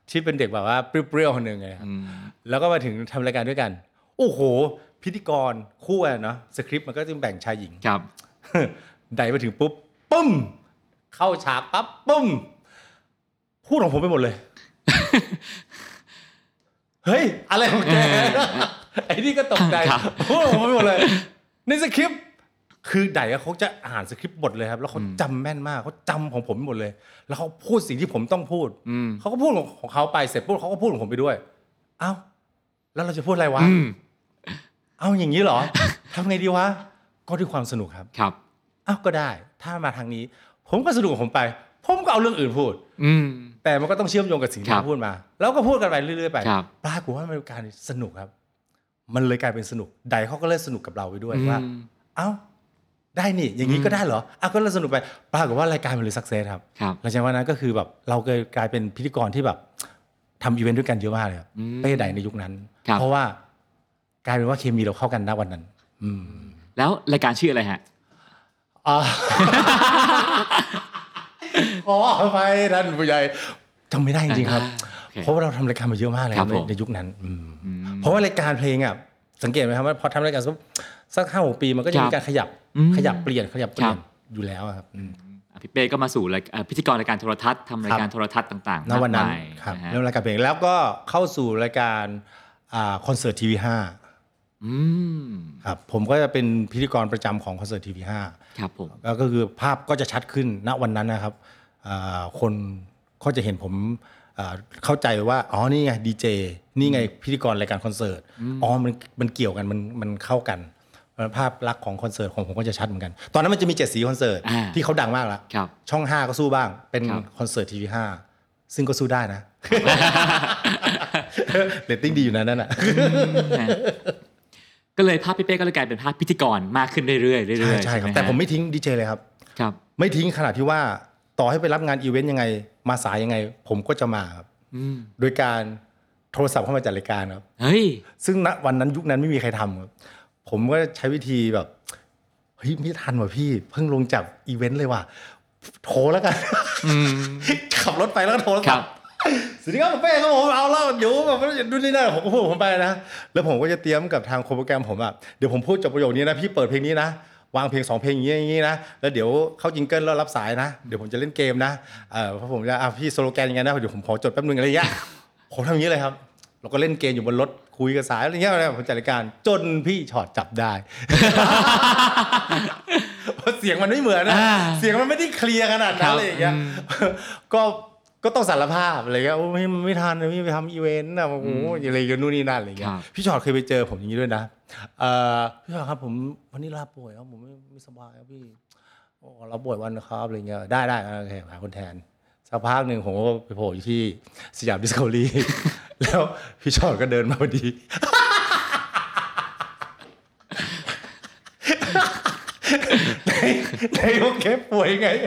ที่เป็นเด็กแบบว่าเปรี้ยวๆคนหนึ่งไงแล้วก็มาถึงทำรายการด้วยกันโอ้โหพิธีกรคู่อะเนาะสคริปต์มันก็จะแบ่งชายหญิงครับไดมาถึงปุ๊บปุ้มเข้าฉากปั๊บปุ้มพูดของผมไปหมดเลย เฮ้ยอะไรของแก ไอ้นี่ก็ตกใจพูดของผมไปหมดเลยในสคริปต์คือไดเขาจะอ่านสคริปต์บทเลยครับแล้วเขาจำแม่นมากเขาจำของผมหมดเลยแล้วเขาพูดสิ่งที่ผมต้องพูดเขาก็พูดของเขาไปเสร็จปุ๊บเขาก็พูดของผมไปด้วยเอ้าแล้วเราจะพูดอะไรวะเอ้าอย่างนี้เหรอทำไงดีวะก็ด้วยความสนุกครับครับเอ้าก็ได้ถ้ามาทางนี้ผมก็สนุกของผมไปผมก็เอาเรื่องอื่นพูดแต่มันก็ต้องเชื่อมโยงกับสิ่งที่พูดมาแล้วก็พูดกันไปเรื่อยๆไปปรากฏว่ามันเป็นการสนุกครับมันเลยกลายเป็นสนุกไดเขาก็เล่นสนุกกับเราไปด้วยว่าเอ้าได้นี่อย่างนี้ก็ได้เหรออ่ะก็เล่นสนุกไปปรากฏว่ารายการมันเลยสักเซสครับหลังจากวันนั้นก็คือแบบเราเคยกลายเป็นพิธีกรที่แบบทำอีเวนต์ด้วยกันเยอะมากเลยครับเป้ไดในยุคนั้นเพราะว่ากลายเป็นว่าเคมีเราเข้ากันณวันนั้นแล้วรายการชื่ออะไรฮะขออภัยท่านผู้ใหญ่จำไม่ได้จริงๆครับเพราะว่าเราทำรายการมาเยอะมากเลยในยุคนั้นเพราะว่ารายการเพลงอ่ะสังเกตไหมครับว่าพอทำรายการสักห้าหกปีมันก็จะมีการขยับขยับเปลี่ยนขยับเปลี่ยนอยู่แล้วครับพี่เป้ก็มาสู่พิธีกรรายการโทรทัศน์ทำรายการโทรทัศน์ต่างๆณวันนั้นครับเริ่มรายการเพลงแล้วก็เข้าสู่รายการคอนเสิร์ตทีวีห้าครับผมก็จะเป็นพิธีกรประจำของคอนเสิร์ตทีวีห้าครับผมแล้วก็คือภาพก็จะชัดขึ้นณวันนั้นนะครับคนก็จะเห็นผมเข้าใจว่าอ๋อนี่ไงดีเจนี่ไงพิธีกรรายการคอนเสิร์ตอ๋อมันมันเกี่ยวกันมันมันเข้ากันภาพลักษณ์ของคอนเสิร์ตของผมก็จะชัดเหมือนกันตอนนั้นมันจะมีเจ็ดสีคอนเสิร์ตที่เขาดังมากแล้วช่องห้าก็สู้บ้างเป็นคอนเสิร์ตทีวีห้าซึ่งก็สู้ได้นะเรตติ้งดีอยู่นะนั่นน่ะก็เลยภาพพี่เป้ก็เลยกลายเป็นภาพพิธีกรมากขึ้นเรื่อยๆเรื่อยๆใช่ครับแต่ผมไม่ทิ้งดีเจเลยครับครับไม่ทิ้งขนาดที่ว่าต่อให้ไปรับงานอีเวนต์ยังไงมาสายยังไงผมก็จะมาครับโดยการโทรศัพท์เข้ามาจัดรายการครับเฮ้ยซึ่งณวันนั้นยุคนั้นไม่มีใครทำครับผมก็ใช้วิธีแบบเฮ้ยไม่ทันว่ะพี่เพิ่งลงจากอีเวนต์เลยว่ะโทรแล้วกันขับรถไปแล้วก็โทรแล้วครับสวัสดีครับเป้ครับผมเอาแล้วเดี๋ยวแบบดูนี่นะผมก็พูดผมไปนะแล้วผมก็จะเตรียมกับทางโปรแกรมผมอ่ะเดี๋ยวผมพูดจบประโยคนี้นะพี่เปิดเพลงนี้นะวางเพลงสองเพลงอย่างนี้อย่างนี้นะแล้วเดี๋ยวเข้าจิงเกิลแล้วรับสายนะเดี๋ยวผมจะเล่นเกมนะเออเพราะผมจะอ่ะพี่สโลแกนยังไงนะเดี๋ยวผมขอจดแป๊บนึงอะไรอย่างเงี้ยผมทำอย่างนี้เลยครับเราก็เล่นเกมอยู่บนรถคุยกับสายอะไรเงี้ยผมจัดรายการจนพี่ช็อตจับได้เพราะเสียงมันไม่เหมือนนะเสียงมันไม่ได้เคลียร์ขนาดนั้นเลยอย่างเงี้ยก็ก็ต้องสารภาพอะไรเงี้ยโอ้ไม่ไม่ทันนะพี่ไปทำอีเวนต์นะโอ้โหอะไรกันนู่นนี่นั่นอะไรเงี้ยพี่ช็อตเคยไปเจอผมอย่างนี้ด้วยนะเอ่อพี่ช็อตครับผมวันนี้ลาป่วยครับผมไม่ไม่สบายครับพี่โอ้เราป่วยวันนะครับอะไรเงี้ยได้ได้โอเคหาคนแทนสักพักหนึ่งผมก็ไปโผล่อยู่ที่สยามดิสคัฟเวอรี่แล้วพี่ช็อตก็เดินมาพอดีในในโอเคป่วยไง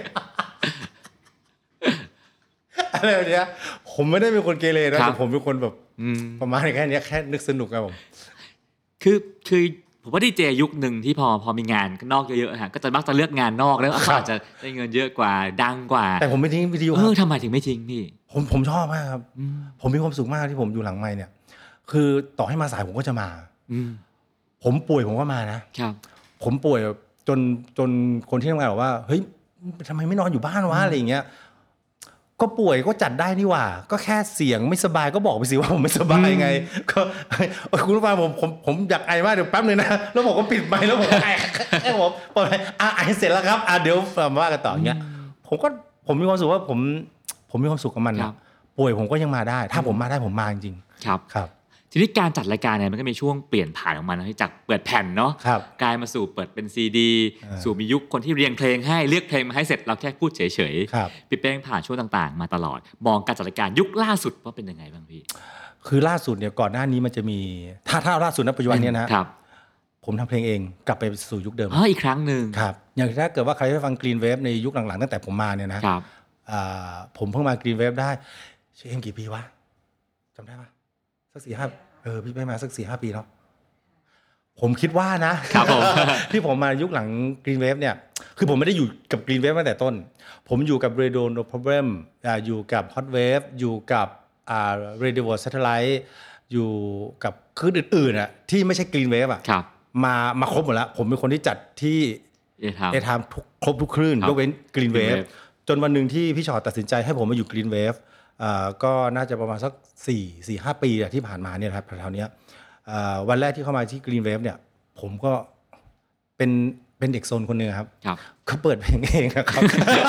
อะไรแบบนี้ผมไม่ได้เป็นคนเกเรนะแต่ผมเป็นคนแบบประมาณแค่นี้แค่นึกสนุกครับผมคือคือผมว่าดีเจยุคหนึ่งที่พอพอมีงานนอกเยอะๆฮะก็จะมักจะเลือกงานนอกแล้วอาจจะได้เงินเยอะกว่าดังกว่าแต่ผมไม่ทิ้งวิดีโอเออทำไมถึงไม่ทิ้งพี่ผมผมชอบมากครับผมมีความสุขมากที่ผมอยู่หลังไมค์เนี่ยคือต่อให้มาสายผมก็จะมาผมป่วยผมก็มานะครับผมป่วยจนจนคนที่ทำงานบอกว่าเฮ้ยทำไมไม่นอนอยู่บ้านวะอะไรอย่างเงี้ยก็ป่วยก็จัดได้นี่หว่าก็แค่เสียงไม่สบายก็บอกไปสิว่าผมไม่สบายไงก็คุณผู้ฟังผมผมผมอยากไอมากเดี๋ยวแป๊บนึงนะแล้วผมก็ปิดไมค์แล้วผมไอไอผมเปิดอ่ะไอเสร็จแล้วครับอ่ะเดี๋ยวมาว่ากันต่ออย่างเงี้ยผมก็ผมมีความสุขว่าผมผมมีความสุขกับมันนะป่วยผมก็ยังมาได้ถ้าผมมาได้ผมมาจริงครับครับทีนี้การจัดรายการเนี่ยมันก็มีช่วงเปลี่ยนผ่านของมันนะจากเปิดแผ่นเนาะกลายมาสู่เปิดเป็นซีดีสู่มียุคคนที่เรียงเพลงให้เลือกเพลงมาให้เสร็จเราแค่พูดเฉยๆพี่เป้งผ่านช่วงต่างๆมาตลอดมองการจัดรายการยุคล่าสุดว่าเป็นยังไงบ้างพี่คือล่าสุดเนี่ยก่อนหน้านี้มันจะมีถ้าถ้าล่าสุดณปัจจุบันเนี่ยนะครับผมทำเพลงเองกลับไปสู่ยุคเดิมอ๋ออีกครั้งนึงครับอย่างถ้าเกิดว่าใครได้ฟัง Green Wave ในยุคหลังๆตั้งแต่ผมมาเนี่ยนะครับผมเพิ่งมา Green Wave ได้ชื่อเอ็มกี่ปีวะจำได้ปะสักสี่ห้าเออพี่ไปมาสัก สี่ห้า ปีเนาะผมคิดว่านะครับผม ที่ผมมายุคหลัง Green Wave เนี่ยคือผมไม่ได้อยู่กับ Green Wave ตั้งแต่ต้นผมอยู่กับ Radio No Problem อ่าอยู่กับ Hot Wave อยู่กับอ่า Radio Satellite อยู่กับคลื่นอื่นๆอ่ะที่ไม่ใช่ Green Wave อ่ะมามาครบหมดแล้วผมเป็นคนที่จัดที่ A-Time ทุกครบทุกคลื่นยกเว้น Green Wave จนวันนึงที่พี่ชอตตัดสินใจให้ผมมาอยู่ Green Wave อ่าก็น่าจะประมาณสักสี่ สี่ ห้าปีที่ผ่านมาเนี่ยครับแถวๆเนี้ยอ่าวันแรกที่เข้ามาที่ Green Wave เนี่ยผมก็เป็นเป็นเด็กโซนคนนึงครับเขาเปิดเพลงเองครับ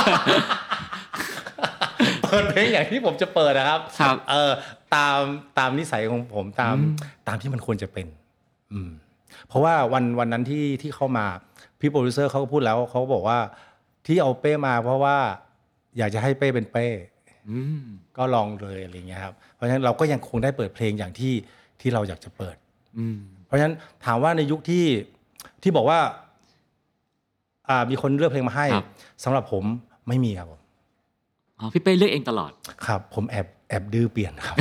เปิดเพลงอย่างที่ผมจะเปิดนะครับเออตามตามนิสัยของผมตามตามที่มันควรจะเป็นอืมเพราะว่าวันวันนั้นที่ที่เข้ามาพี่โปรดิวเซอร์เขาก็พูดแล้วเขาบอกว่าที่เอาเป้มาเพราะว่าอยากจะให้เป้เป็นเป้ก็ลองเลยอะไรเงี้ยครับเพราะฉะนั้นเราก็ยังคงได้เปิดเพลงอย่างที่ที่เราอยากจะเปิดเพราะฉะนั้นถามว่าในยุคที่ที่บอกว่าอ่ามีคนเลือกเพลงมาให้สำหรับผมไม่มีครับผมอ๋อพี่เป้เลือกเองตลอดครับผมแอบแอบดื้อเปลี่ยนครับ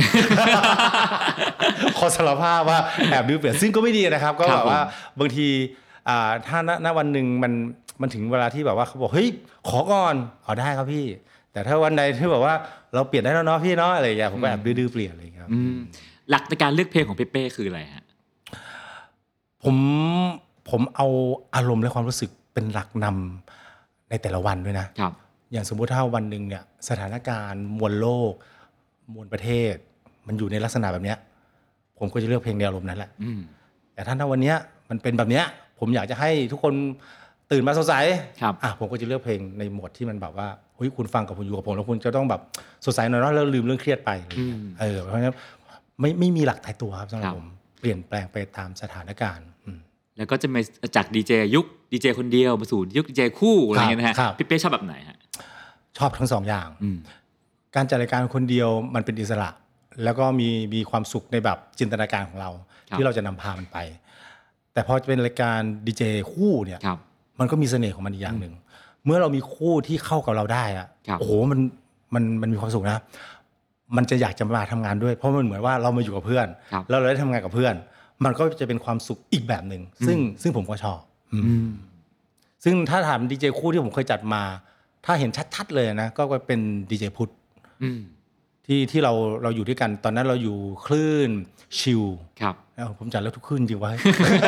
ขอสารภาพว่าแอบดื้อเปลี่ยนซึ่งก็ไม่ดีนะครับก็แบบว่าบางทีอ่าถ้าณวันนึงมันมันถึงเวลาที่แบบว่าเขาบอกเฮ้ยขอก่อนขอได้ครับพี่แต่ถ้าวันใดที่แบบว่าเราเปลี่ยนได้แล้วเนาะพี่เนาะอะไรอย่างเงี้ยผมก็แอบดื้อๆเปลี่ยนอะไรอย่างเงี้ยครับหลักในการเลือกเพลงของพี่เป้คืออะไรฮะผมผมเอาอารมณ์และความรู้สึกเป็นหลักนำในแต่ละวันด้วยนะครับอย่างสมมุติถ้าวันนึงเนี่ยสถานการณ์มวลโลกมวลประเทศมันอยู่ในลักษณะแบบเนี้ยผมก็จะเลือกเพลงในอารมณ์นั้นแหละแต่ถ้าวันเนี้ยมันเป็นแบบเนี้ยผมอยากจะให้ทุกคนตื่นมาสดใสอ่ะผมก็จะเลือกเพลงในโหมดที่มันแบบว่าเฮ้ยคุณฟังกับคุณอยู่กับผมแล้วคุณจะต้องแบบสดใสหน่อยเนาะแล้วลืมเรื่องเครียดไปเออเพราะฉะนั้นไม่ไม่มีหลักตายตัวครับสำหรับผมเปลี่ยนแปลงไปตามสถานการณ์แล้วก็จะมาจากดีเจยุคดีเจคนเดียวมาสู่ยุคดีเจคู่อะไรเงี้ยนะฮะพี่เป้ชอบแบบไหนฮะชอบทั้งสองอย่างการจัดรายการคนเดียวมันเป็นอิสระแล้วก็มีมีความสุขในแบบจินตนาการของเราที่เราจะนำพามันไปแต่พอเป็นรายการดีเจคู่เนี่ยมันก็มีเสน่ห์ของมันอีกอย่างหนึ่งเมื่อเรามีคู่ที่เข้ากับเราได้อะโอ้โหมันมันมันมีความสุขนะมันจะอยากจะมาทำงานด้วยเพราะมันเหมือนว่าเรามาอยู่กับเพื่อนแล้วเราได้ทำงานกับเพื่อนมันก็จะเป็นความสุขอีกแบบหนึ่งซึ่งซึ่งผมก็ชอบซึ่งถ้าถามดีเจคู่ที่ผมเคยจัดมาถ้าเห็นชัดๆเลยนะก็เป็นดีเจพุทธที่ที่เราเราอยู่ด้วยกันตอนนั้นเราอยู่คลื่นชิลครับผมจัดแล้วทุกคลื่นจริงวะ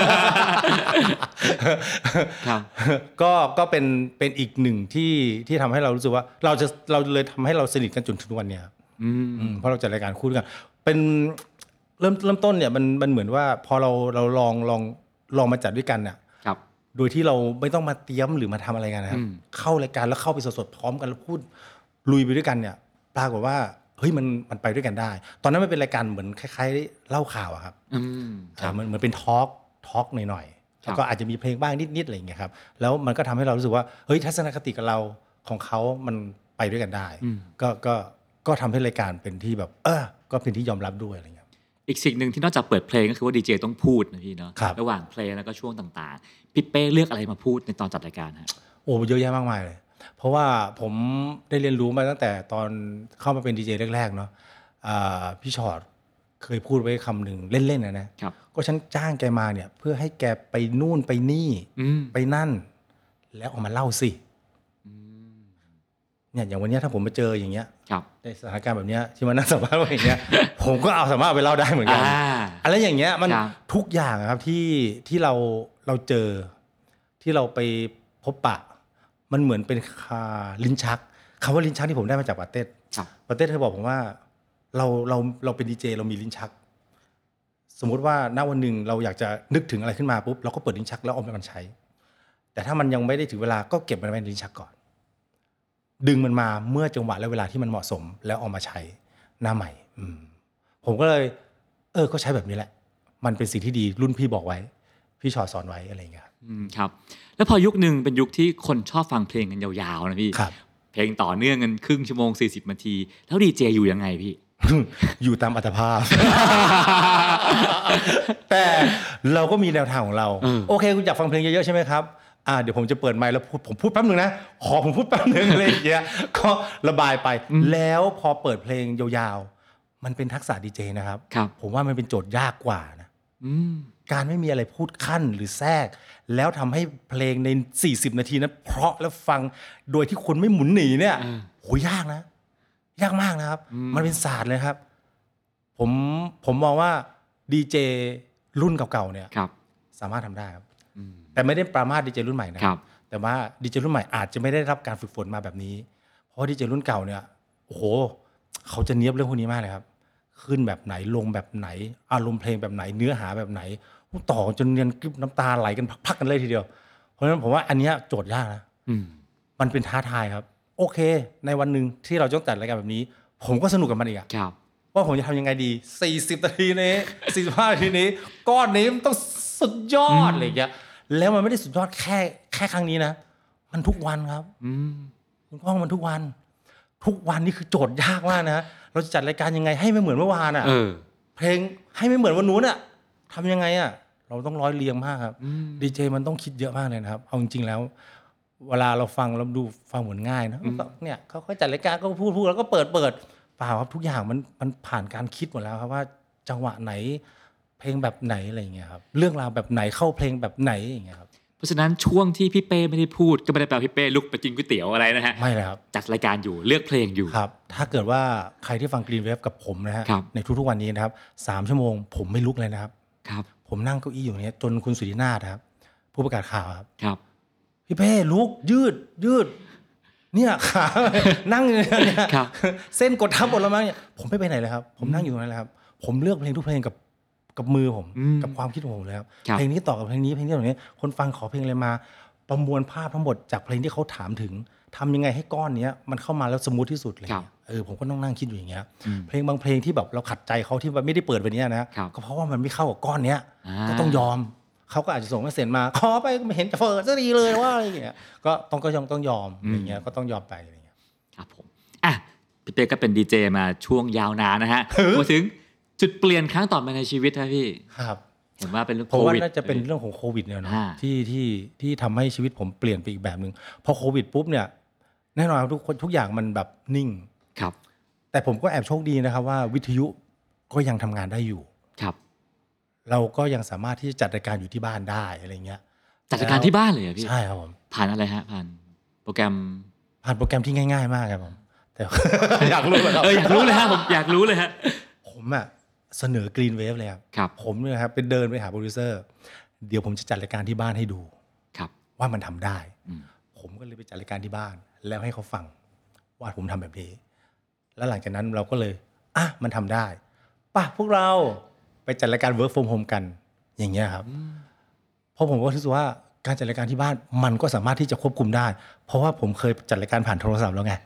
ก็ก็เป็นเป็นอีกหนึ่งที่ที่ทำให้เรารู้สึกว่าเราจะเราเลยทำให้เราสนิทกันจนถึงทุกวันนี้ครับเพราะเราจัดรายการคู่ด้วยกันเป็นเริ่มเริ่มต้นเนี่ยมันมันเหมือนว่าพอเราเราลองลองลองมาจัดด้วยกันเนี่ยโดยที่เราไม่ต้องมาเตรียมหรือมาทำอะไรกันนะครับเข้ารายการแล้วเข้าไปสดๆพร้อมกันแล้วพูดลุยไปด้วยกันเนี่ยปรากฏว่าเฮ้ยมันมันไปด้วยกันได้ตอนนั้นมันเป็นรายการเหมือนคล้ายๆเล่าข่าวอะครับมันเหมือนเป็นทอล์กทอล์กหน่อยๆแล้วก็อาจจะมีเพลงบ้างนิดๆอะไรอย่างเงี้ยครับแล้วมันก็ทำให้เรารู้สึกว่าเฮ้ยทัศนคติกับเราของเขามันไปด้วยกันได้ก็ก็ก็ทำให้รายการเป็นที่แบบเออก็เป็นที่ยอมรับด้วยอะไรเงี้ยอีกสิ่งหนึ่งที่นอกจากเปิดเพลงก็คือว่าดีเจต้องพูดนะพี่เนาะระหว่างเพลงแล้วก็ช่วงต่างๆพี่เป้เลือกอะไรมาพูดในตอนจัดรายการฮะโอ้เยอะแยะมากมายเลยเพราะว่าผมได้เรียนรู้มาตั้งแต่ตอนเข้ามาเป็นดีเจแรกๆเนาะพี่ชอตเคยพูดไว้คำหนึ่งเล่นๆนะนะก็ฉันจ้างแกมาเนี่ยเพื่อให้แกไปนู่นไปนี่ไปนั่นแล้วออกมาเล่าสิเนี่ยอย่างวันนี้ถ้าผมมาเจออย่างเงี้ยในสถานการณ์แบบเนี้ยที่มันน่าสัมภาษณ์อย่างเงี้ยผมก็เอาสามารถไปเล่าได้เหมือนกันอะไรอย่างเงี้ยมันทุกอย่างครับที่ที่เราเราเจอที่เราไปพบปะมันเหมือนเป็นคาลิ้นชักคำว่าลิ้นชักที่ผมได้มาจากปาเต้ปาเต้เธอบอกผมว่าเราเราเราเป็นดีเจเรามีลิ้นชักสมมุติว่าณวันหนึ่งเราอยากจะนึกถึงอะไรขึ้นมาปุ๊บเราก็เปิดลิ้นชักแล้วเอามันใช้แต่ถ้ามันยังไม่ได้ถึงเวลาก็เก็บมันไว้ในลิ้นชักก่อนดึงมันมาเมื่อจังหวะและเวลาที่มันเหมาะสมแล้วเอามาใช้หน้าใหม่ผมก็เลยเออก็ใช้แบบนี้แหละมันเป็นสิ่งที่ดีรุ่นพี่บอกไว้พี่ชอสอนไว้อะไรอย่างเงี้ยครับแล้วพอยุคนึงเป็นยุคที่คนชอบฟังเพลงกันยาวๆนะพี่เพลงต่อเนื่องกันครึ่งชั่วโมงสี่สิบนาทีแล้วดีเจอยู่ยังไงพี่อยู่ตามอัตภาพ แต่เราก็มีแนวทางของเราโอเคคุณอยากฟังเพลงเยอะๆใช่ไหมครับอ่าเดี๋ยวผมจะเปิดไมค์แล้วพูดผมพูดแป๊บนึงนะขอผมพูดแป๊บนึงอะไรอย่างเงี้ยก็ระบายไปแล้วพอเปิดเพลงยาวๆมันเป็นทักษะดีเจนะครับผมว่ามันเป็นโจทย์ยากกว่านะการไม่มีอะไรพูดขั้นหรือแทรกแล้วทำให้เพลงในสี่สิบนาทีนั้นเพราะแล้วฟังโดยที่คนไม่หมุนหนีเนี่ยโหยากนะยากมากนะครับมันเป็นศาสตร์เลยครับผมมองว่าดีเจรุ่นเก่าๆเนี่ยครับสามารถทำได้ครับอืมแต่ไม่ได้ปรามาสดีเจรุ่นใหม่นะคครัรับ บแต่ว่าดีเจรุ่นใหม่อาจจะไม่ได้รับการฝึกฝนมาแบบนี้เพราะดีเจรุ่นเก่าเนี่ยโอ้โหเขาจะเนียบเรื่องพวกนี้มากเลยครับขึ้นแบบไหนลงแบบไหนอารมณ์เพลงแบบไหนเนื้อหาแบบไหนต่อจนเนียนกริบน้ำตาไหลกันพักๆกันเลยทีเดียวเพราะฉะนั้นผมว่าอันเนี้ยโจทย์ยากนะอืมมันเป็นท้าทายครับโอเคในวันหนึ่งที่เราต้องจัดรายการแบบนี้ ผมก็สนุกกับมันอีกอะครับว่าผมจะทำยังไงดีสี่สิบนาทีนี้สี่สิบห้านาทีนี้ก้อนนี้มันต้องสุดยอดอะไรอย่างเงี้ยแล้วมันไม่ได้สุดยอดแค่แค่ครั้งนี้นะมันทุกวันครับอืมคุณก้องมันทุกวัน ทุกวันนี่คือโจทย์ยากมากนะเราจะจัดรายการยังไงให้ไม่เหมือนเมื่อวานอ่ะเออเพลงให้ไม่เหมือนวันนู้นอ่ะทำยังไงอ่ะเราต้องร้อยเรียงมากครับอืมดีเจมันต้องคิดเยอะมากเลยนะครับเอาจริงๆแล้ว เวลาเราฟังเราดูฟังเหมือนง่ายนะก็เนี่ยเขาเขาจัดรายการก็พูดพูดแล้วก็เปิดเปิดเปล่าครับทุกอย่างมันมันผ่านการคิดหมดแล้วครับว่าจังหวะไหนเพลงแบบไหนอะไรอย่างเงี้ยครับเรื่องราวแบบไหนเข้าเพลงแบบไหนอย่างเงี้ยครับเพราะฉะนั้นช่วงที่พี่เป้ไม่ได้พูดก็ไม่ได้แปลว่าพี่เป้ลุกไปกินก๋วยเตี๋ยวอะไรนะฮะไม่เลยครับจัดรายการอยู่เลือกเพลงอยู่ครับถ้าเกิดว่าใครที่ฟัง Green Wave กับผมนะฮะครับในทุกๆวันนี้นะครับสามชั่วโมงผมไม่ลุกเลยนะครับครับผมนั่งเก้าอี้อยู่อย่างเนี้ยจนคุณสุรินาถครับผู้ประกาศข่าวครับครับพี่เป้ลุกยืดยืดเนี่ยขา นั่งอยู่เนี่ยครับเส้นกดทับหมดแล้วมั้งเนี่ยผมไม่ไปไหนเลยครับผมนั่งอยู่ตรงนั้นเลยครับผมเลือกเพลงทุกเพลงกับกับมือผมอืมกับความคิดของผมเลยครับครับเพลงนี้ต่อกับเพลงนี้เพลงนี้ต่อนี้คนฟังขอเพลงอะไรมาประมวลภาพทั้งหมดจากเพลงที่เขาถามถึงทำยังไงให้ก้อนเนี้ยมันเข้ามาแล้วสมูทที่สุดเลยครับเออผมก็ต้องนั่งคิดอยู่อย่างเงี้ยอืมเพลงบางเพลงที่แบบเราขัดใจเขาที่ว่าไม่ได้เปิดวันนี้นะครับ ก็เพราะว่ามันไม่เข้ากับก้อนเนี้ยอ่าก็ต้องยอมเขาก็อาจจะส่งเมสเซจมาขอไปไม่เห็นจะเปิดซะดีเลยว่าอะไรอย่างเงี้ยก็ต้องก็ยังต้องยอมอะไรเงี้ยก็ต้องยอมไปอะไรเงี้ยครับผมอ่ะพี่เป้ก็เป็นดีเจมาช่วงยาวนานนะฮะมาถึงจุดเปลี่ยนครั้งต่อมาในชีวิตนะพี่ครับเห็นว่าเป็นเรื่องผมโคว่าวิดน่าจะเป็นเรื่องของโควิดเนี่ยเนาะอ่าที่ที่ที่ทำให้ชีวิตผมเปลี่ยนไปอีกแบบนึงพอโควิดปุ๊บเนี่ยแน่นอนครับทุกคนทุกอย่างมันแบบนิ่งครับแต่ผมก็แอบโชคดีนะครับว่าวิทยุก็ยังทำงานได้อยู่ครับเราก็ยังสามารถที่จะจัดรายการอยู่ที่บ้านได้อะไรเงี้ยจัดรายการที่บ้านเลยเหรอพี่ใช่ครับผมผ่านอะไรฮะผ่านโปรแกรมผ่านโปรแกรมที่ง่ายๆมากครับผมแต่ อยากรู้เลยครับเอออยากรู้เลยฮะผมอยากรู้เลยฮะผมอะเสนอ Green Wave เลยครับครับผมเนี่ยครับไปเดินไปหาโปรดิวเซอร์เดี๋ยวผมจะจัดรายการที่บ้านให้ดูครับว่ามันทำได้อืมผมก็เลยไปจัดรายการที่บ้าน แล้วให้เขาฟังว่าผมทำแบบนี้แล้วหลังจากนั้นเราก็เลยอ่ะมันทำได้ป่ะพวกเราไปจัดรายการ Work from Home กันอย่างเงี้ยครับเพราะผมก็รู้สึกว่าการจัดรายการที่บ้านมันก็สามารถที่จะควบคุมได้ เพราะว่าผมเคยจัดรายการผ่านโทรศัพท์แล้วไง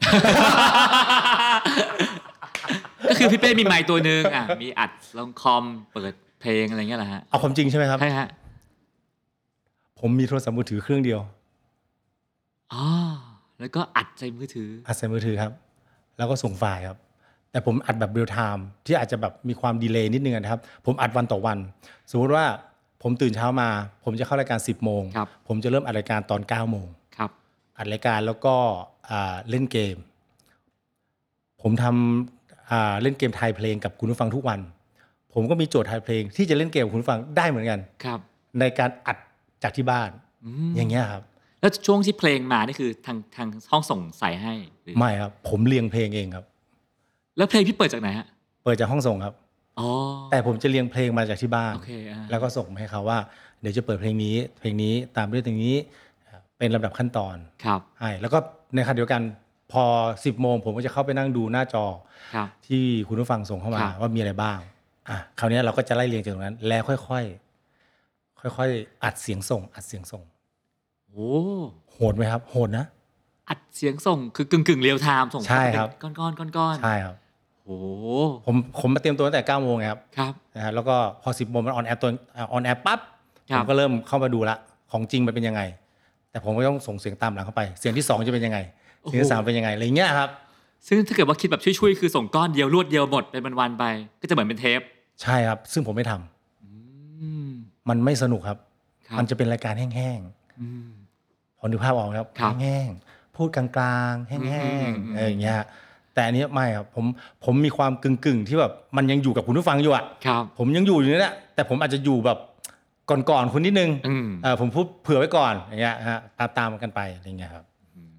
ก็คือพี่เป้มีไมค์ตัวหนึ่งอ่ะมีอัดลงคอมเปิดเพลงอะไรเงี้ยแหละฮะเอาความจริงใช่ไหมครับใช่ฮะผมมีโทรศัพท์มือถือเครื่องเดียวอ๋อแล้วก็อัดใส่มือถืออัดใส่มือถือครับแล้วก็ส่งไฟล์ครับแต่ผมอัดแบบเรียลไทม์ที่อาจจะแบบมีความดีเลย์นิดนึงนะครับผมอัดวันต่อวันสมมติว่าผมตื่นเช้ามาผมจะเข้ารายการสิบโมงครับผมจะเริ่มอัดรายการตอนเก้าโมงครับอัดรายการแล้วก็อ่าเล่นเกม ผมทำอ่าเล่นเกมทายเพลงกับคุณผู้ฟังทุกวัน ผมก็มีโจทย์ทายเพลงที่จะเล่นเกมกับคุณผู้ฟังได้เหมือนกันครับในการอัดจากที่บ้านอืมอย่างเงี้ยครับแล้วช่วงที่เพลงมานี่คือทางทางห้องส่งใส่ให้หรือไม่ครับผมเรียงเพลงเองครับแล้วเพลงพี่เปิดจากไหนฮะเปิดจากห้องส่งครับอ๋อแต่ผมจะเรียงเพลงมาจากที่บ้านโอเคอ่าแล้วก็ส่งมาให้เขาว่าเดี๋ยวจะเปิดเพลงนี้ เพลงนี้ตามด้วยตรงนี้เป็นลำดับขั้นตอนครับใช่แล้วก็ในขณะเดียวกันพอสิบโมงผมก็จะเข้าไปนั่งดูหน้าจอครับที่คุณผู้ฟังส่งเข้ามาครับว่ามีอะไรบ้างอ่ะคราวนี้เราก็จะไล่เรียงจากตรงนั้น แล้วค่อยๆค่อยๆอัดเสียงส่ง อัดเสียงส่งโอ้โหดไหมครับ โหดนะอัดเสียงส่งคือกึ่งกึ่งเรียลไทม์ส่งใช่ครับก้อนก้อนก้อนก้อนใช่ครับโอ้ผมผมมาเตรียมตัวตั้งแต่เก้าโมงครับครับนะฮะแล้วก็พอสิบโมงมันออนแอร์ตัวออนแอร์ปั๊บครัผบมก็เริ่มเข้ามาดูละของจริงมันเป็นยังไง แต่ผมก็ต้องส่งเสียงตามหลังเข้าไป เสียงที่สองจะเป็นยังไงเสียงที่สามเป็นยังไงอะไรเงี้ยครับซึ่งถ้าเกิดว่าคิดแบบช่วยๆคือส่งก้อนเดียวรวดเดียวหมดเป็นวันๆไป ก็จะเหมือนเป็นเทปใช่ครับ ซึ่งผมไม่ทำอืมมันไม่สนุกครับครับมันจะเป็นรายการแห้งอืมๆพอดูภาพออกไหมครับครับแห้งๆพูดกลางๆแห้อืงมอืมๆอะไรอย่างเงี้ยแต่อันนี้ไม่ครับผมผมมีความกึ่งๆที่แบบมันยังอยู่กับคุณผู้ฟังอยู่อะครับผมยังอยู่อยู่นี่แหละแต่ผมอาจจะอยู่แบบก่อนๆคุณนิดนึงอืมเออผมพูดเผื่อไว้ก่อนอย่างเงี้ยฮะตามตามๆกันไปอะไรเงี้ยครับอืม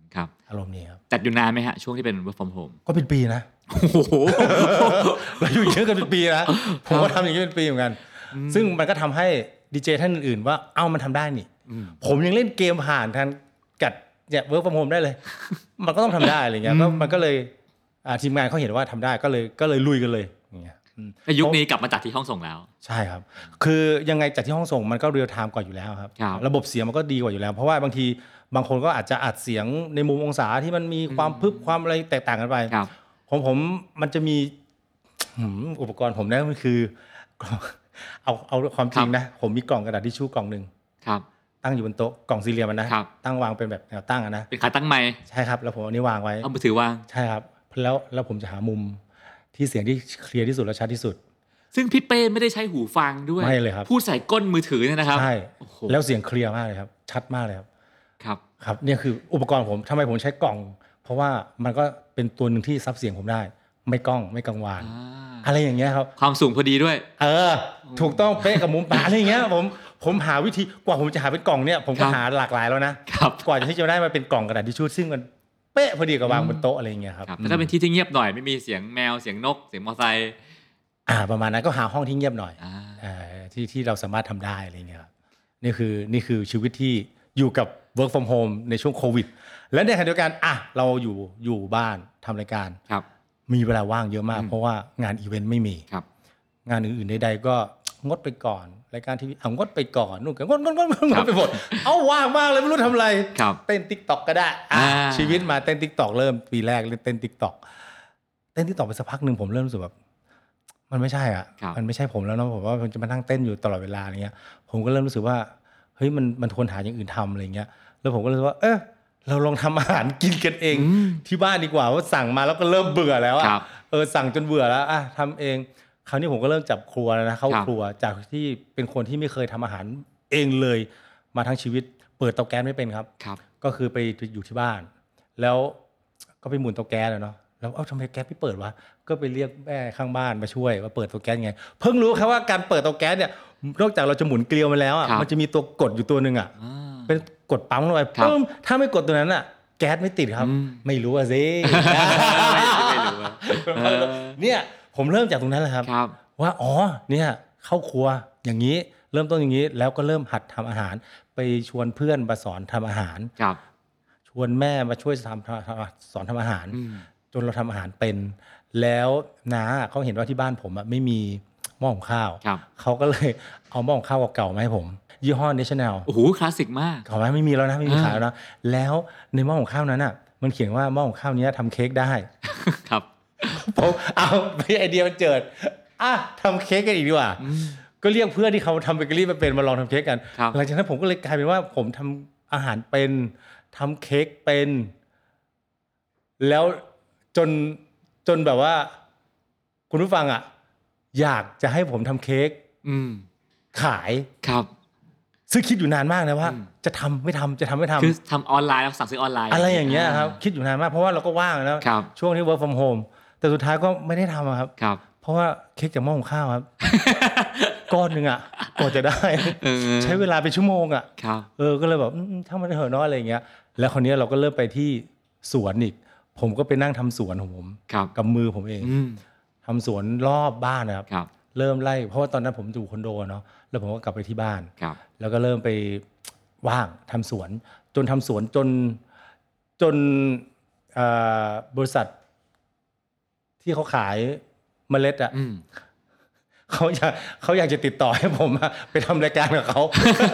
ครับอารมณ์นี้ครับจัดอยู่นานไหมฮะช่วงที่เป็น work from home ก็เป็นปีนะโอ้โหเราอยู่เยอะกันเป็นปีนะผมก็ทำอย่างนี้เป็นปีเหมือนกันซึ่งมันก็ทำให้ดีเจท่านอื่นๆว่าเอ้ามันทำได้นี่ผมยังเล่นเกมผ่านทางกัดเนี่ย work from home ได้เลยมันก็ต้องทำได้อะไรเงี้ยก็มันก็เลยทีมงานเขาเห็นว่าทำได้ก็เลยก็เลยลุยกันเลยอย่างเงี้ยยุคนี้กลับมาจัดที่ห้องส่งแล้วใช่ครับคือยังไงจัดที่ห้องส่งมันก็เรียลไทม์กว่าอยู่แล้วครับระบบเสียงมันก็ดีกว่าอยู่แล้วเพราะว่าบางทีบางคนก็อาจจะอัดเสียงในมุมองศาที่มันมีความพึบความอะไรแตกต่างกันไปของผมมันจะมีอุปกรณ์ผมนั่นก็คือเอาเอาความจริงนะผมมีกล่องกระดาษทิชชู่กล่องนึงตั้งอยู่บนโต๊ะกล่องสี่เหลี่ยมนะตั้งวางเป็นแบบแนวตั้งนะเป็นขาตั้งไม้ใช่ครับแล้วผมเอานี้วางไว้เอามือถือวางใช่ครับแล้วแล้วผมจะหามุมที่เสียงที่เคลียร์ที่สุดและชัดที่สุดซึ่งพี่เป้ไม่ได้ใช้หูฟังด้วยไม่เลยครับพูดใส่ก้นมือถือเนี่ยนะครับใช่แล้วเสียงเคลียร์มากเลยครับชัดมากเลยครับครับครับเนี่ยคืออุปกรณ์ผมทำไมผมใช้กล่องเพราะว่ามันก็เป็นตัวหนึ่งที่ซับเสียงผมได้ไม่ก้องไม่กังวานอะไรอย่างเงี้ยครับความสูงพอดีด้วยเออถูกต้องเป๊ะกับมุมปากอะไรอย่างเงี้ยผมผมหาวิธีกว่าผมจะหาเป็นกล่องเนี่ยผมก็หาหลากหลายแล้วนะกว่าที่จะได้มาเป็นกล่องกระดาษทิชชู่ซึ่งมันเป๊ะพอดีกับวางบนโต๊ะอะไรอย่างเงี้ยครับแต่ถ้าเป็นที่ที่เงียบหน่อยไม่มีเสียงแมวเสียงนกเสียงมอเตอร์ไซค์อ่าประมาณนั้นก็หาห้องที่เงียบหน่อยอ่าที่ที่เราสามารถทำได้อะไรเงี้ยครับนี่คือนี่คือชีวิตที่อยู่กับ work from home ในช่วงโควิดและในขณะเดียวกันอ่ะเราอยู่อยู่บ้านทำรายการมีเวลาว่างเยอะมากเพราะว่างานอีเวนต์ไม่มีงานอื่นๆใดๆก็งดไปก่อนรายการทีวีเอางดไปก่อนนู่นก็งดงดงดงดไปหมดเอาว่างมากเลยไม่รู้ทำอะไรเต้น TikTok ก็ได้ชีวิตมาเต้น TikTok เริ่มปีแรกเล่นเต้น TikTok เต้น TikTok ไปสักพักนึงผมเริ่มรู้สึกแบบมันไม่ใช่อ่ะมันไม่ใช่ผมแล้วเนาะผมว่าผมจะมานั่งเต้นอยู่ตลอดเวลาอะไรเงี้ยผมก็เริ่มรู้สึกว่าเฮ้ยมันมันควรหาอย่างอื่นทำอะไรเงี้ยแล้วผมก็เลยว่าเออเราลองทำอาหารกินกันเองที่บ้านดีกว่าว่าสั่งมาแล้วก็เริ่มเบื่อแล้วอ่ะเออสั่งจนเบื่อแล้วอ่ะทำเองคราวนี้ผมก็เริ่มจับครัวแล้วนะเข้าครัวจากที่เป็นคนที่ไม่เคยทำอาหารเองเลยมาทั้งชีวิตเปิดเตาแก๊สไม่เป็นครับก็คือไปอยู่ที่บ้านแล้วก็ไปหมุนเตาแก๊สเนาะแล้วเอ้าทำไมแก๊สไม่เปิดวะก็ไปเรียกแม่ข้างบ้านมาช่วยว่าเปิดเตาแก๊สไงเพิ่งรู้ครับว่าการเปิดเตาแก๊สเนี่ยนอกจากเราจะหมุนเกลียวมาแล้วอ่ะมันจะมีตัวกดอยู่ตัวนึงอ่ะเป็นกดปั๊มลงไปปึ้มถ้าไม่กดตัวนั้นอ่ะแก๊สไม่ติดครับไม่รู้อ่ะสิไม่รู้เนี่ยผมเริ่มจากตรงนั้นแหละครับว่าอ๋อเนี่ยเข้าครัวอย่างนี้เริ่มต้นอย่างนี้แล้วก็เริ่มหัดทำอาหารไปชวนเพื่อนมาสอนทำอาหารชวนแม่มาช่วยทำสอนทำอาหารจนเราทำอาหารเป็นแล้วน้าเขาเห็นว่าที่บ้านผมไม่มีหม้อหุงข้าวเขาก็เลยเอาหม้อหุงข้าวเก่าๆมาให้ผมยี่ห้อ National โอ้โหคลาสสิกมากเก่าไหมไม่มีแล้วนะไม่มีขายแล้วนะแล้วในหม้อหุงข้าวนั้นอ่ะมันเขียนว่าหม้อหุงข้าวนี้ทำเค้กได้ครับผมเอาไอเดียมันเจิดอ่ะทำเค้กกันอีกดีกว่าก็เรียกเพื่อนที่เขาทำเบเกอรี่มาเป็นมาลองทำเค้กกันหลังจากนั้นผมก็เลยกลายเป็นว่าผมทำอาหารเป็นทำเค้กเป็นแล้วจนจนแบบว่าคุณผู้ฟังอ่ะอยากจะให้ผมทำเค้กขายครับซึ่งคิดอยู่นานมากนะว่าจะทำไม่ทำจะทำไม่ทำคือทำออนไลน์แล้วสั่งซื้อออนไลน์อะไรอย่างเงี้ยครับคิดอยู่นานมากเพราะว่าเราก็ว่างแล้วช่วงนี้ work from home แต่สุดท้ายก็ไม่ได้ทำครับเพราะว่าเค้กจากหม้อหุงข้าวครับก้อนนึงอ่ะกว่าจะได้ใช้เวลาเป็นชั่วโมงอ่ะเออก็เลยแบบถ้ามันเถอะเนาะอะไรอย่างเงี้ยแล้วคราวนี้เราก็เริ่มไปที่สวนอีกผมก็ไปนั่งทำสวนของผมกับมือผมเองทำสวนรอบบ้านนะครับเริ่มไล่เพราะว่าตอนนั้นผมอยู่คอนโดเนาะแล้วผมก็กลับไปที่บ้านแล้วก็เริ่มไปว่างทำสวนจนทำสวนจนจนบริษัทที่เขาขายเมล็ดอ่ะเขาอยากเขาอยากจะติดต่อให้ผมไปทำรายการกับเขา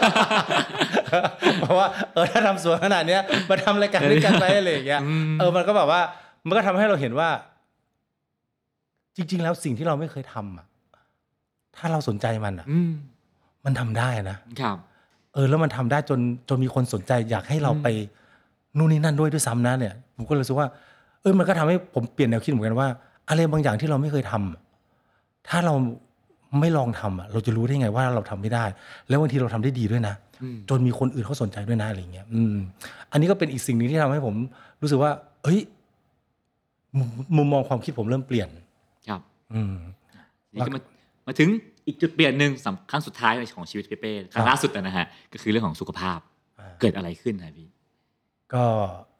เพราะว่าเออถ้าทำสวนขนาดนี้มาทำรายการด้วยกันไปอะไรอย่างเงี้ยเออมันก็แบบว่ามันก็ทำให้เราเห็นว่าจริงๆแล้วสิ่งที่เราไม่เคยทำอ่ะถ้าเราสนใจมันอ่ะมันทำได้นะครับเออแล้วมันทำได้จนจนมีคนสนใจอยากให้เราไปนู่นนี่นั่นด้วยด้วยซ้ำนะเนี่ยผมก็เลยรู้สึกว่าเออมันก็ทำให้ผมเปลี่ยนแนวคิดเหมือนกันว่าอะไรบางอย่างที่เราไม่เคยทำถ้าเราไม่ลองทำอ่ะเราจะรู้ได้ไงว่าเราทำไม่ได้แล้วบางทีเราทำได้ดีด้วยนะจนมีคนอื่นเขาสนใจด้วยนะอะไรเงี้ยอืมอันนี้ก็เป็นอีกสิ่งนึงที่ทำให้ผมรู้สึกว่าเฮ้ยมุมมองความคิดผมเริ่มเปลี่ยนครับอืมแล้วมามาถึงอีกจุดเปลี่ยนหนึ่งสำคัญสุดท้ายในของชีวิตเป้ๆครั้งล่าสุดนะฮะก็คือเรื่องของสุขภาพเกิดอะไรขึ้นครับพี่ก็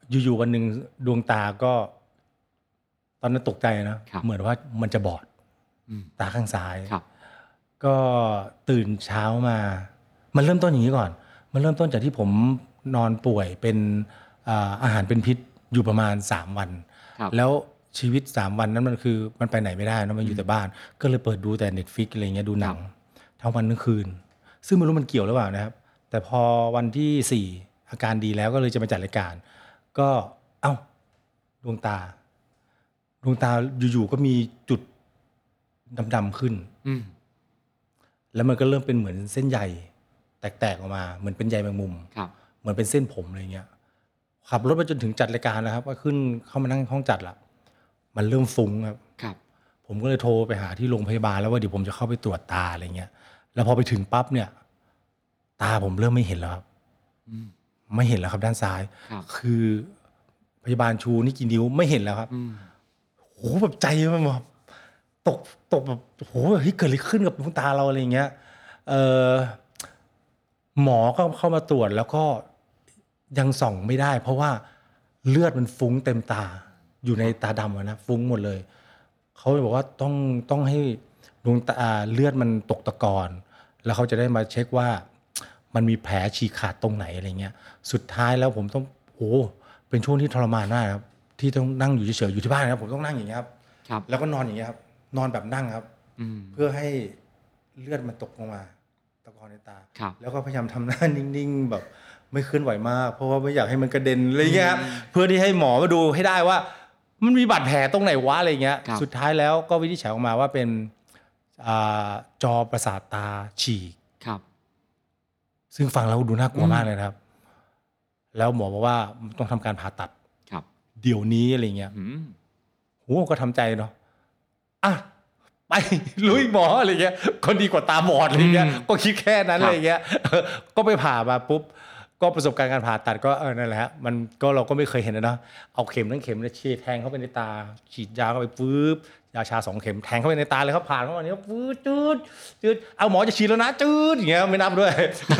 อยู่ๆวันหนึ่งดวงตาก็ตอนนั้นตกใจนะเหมือนว่ามันจะบอดตาข้างซ้ายก็ตื่นเช้ามามันเริ่มต้นอย่างนี้ก่อนมันเริ่มต้นจากที่ผมนอนป่วยเป็นอาหารเป็นพิษอยู่ประมาณสามวันแล้วชีวิตสามวันนั้นมันคือมันไปไหนไม่ได้นะมันอยู่แต่บ้านก็เลยเปิดดูแต่ Netflix อะไรเงี้ยดูหนังทั้งวันทั้งคืนซึ่งไม่รู้มันเกี่ยวหรือเปล่านะครับแต่พอวันที่สี่อาการดีแล้วก็เลยจะมาจัดรายการก็เอ้าดวงตาดวงตาอยู่ๆก็มีจุดดำๆขึ้นแล้วมันก็เริ่มเป็นเหมือนเส้นใยแตกๆออกมาเหมือนเป็นใยแมงมุมเหมือนเป็นเส้นผมอะไรเงี้ยขับรถไปจนถึงจัดรายการแล้วครับก็ขึ้นเข้ามานั่งห้องจัดละมันเริ่มฟุ้งครับผมก็เลยโทรไปหาที่โรงพยาบาลแล้วว่าเดี๋ยวผมจะเข้าไปตรวจตาอะไรเงี้ยแล้วพอไปถึงปั๊บเนี่ยตาผมเริ่มไม่เห็นแล้วครับไม่เห็นแล้วครับด้านซ้ายคือพยาบาลชูนี่กี่นิ้วไม่เห็นแล้วครับโหแบบใจมันแบบตกตกแบบโหเฮ้ยเกิดอะไรขึ้นกับดวงตาเราอะไรเงี้ยเออหมอก็เข้ามาตรวจแล้วก็ยังส่องไม่ได้เพราะว่าเลือดมันฟุ้งเต็มตาอยู่ในตาดำนะฟุ้งหมดเลยเขาบอกว่าต้องต้องให้ดวงตาเลือดมันตกตะกอนแล้วเขาจะได้มาเช็คว่ามันมีแผลฉีกขาดตรงไหนอะไรเงี้ยสุดท้ายแล้วผมต้องโอ้เป็นช่วงที่ทรมานมากครับที่ต้องนั่งอยู่เฉยๆอยู่ที่บ้านนะครับผมต้องนั่งอย่างเงี้ยครับแล้วก็นอนอย่างเงี้ยครับนอนแบบนั่งครับเพื่อให้เลือดมันตกลงมาตะกอนในตาแล้วก็พยายามทำหน้านิ่งๆแบบไม่เคลื่อนไหวมากเพราะว่าไม่อยากให้มันกระเด็นอะไรเงี้ยเพื่อที่ให้หมอมาดูให้ได้ว่ามันมีบาดแผลตรงไหนวะอะไรเงี้ยสุดท้ายแล้วก็วินิจฉัยออกมาว่าเป็นจอประสาทตาฉีกซึ่งฟังแล้วดูน่ากลัวมากเลยครับแล้วหมอบอกว่าต้องทำการผ่าตัดเดี๋ยวนี้อะไรเงี้ยโหก็ทำใจเนาะอ่ะไปลุยหมออะไรเงี้ยคนดีกว่าตาบอดอะไรเงี้ยก็คิดแค่นั้นอะไรเงี้ยก็ไปผ่ามาปุ๊บก็ประสบการณ์การผ่าตัดก็เออนั่นแหละฮะมันก็เราก็ไม่เคยเห็นนะเนาะเอาเข็มทั้งเข็มเนี่ยฉีดแทงเข้าไปในตาฉีดยาเข้าไปปึ๊บยาชาสองเข็มแทงเข้าไปในตาเลยครับผ่านเข้ามาเนี่ยปื๊ดจืดจืดเอาหมอจะฉีดแล้วนะจืดอย่างเงี้ยไม่นับด้วย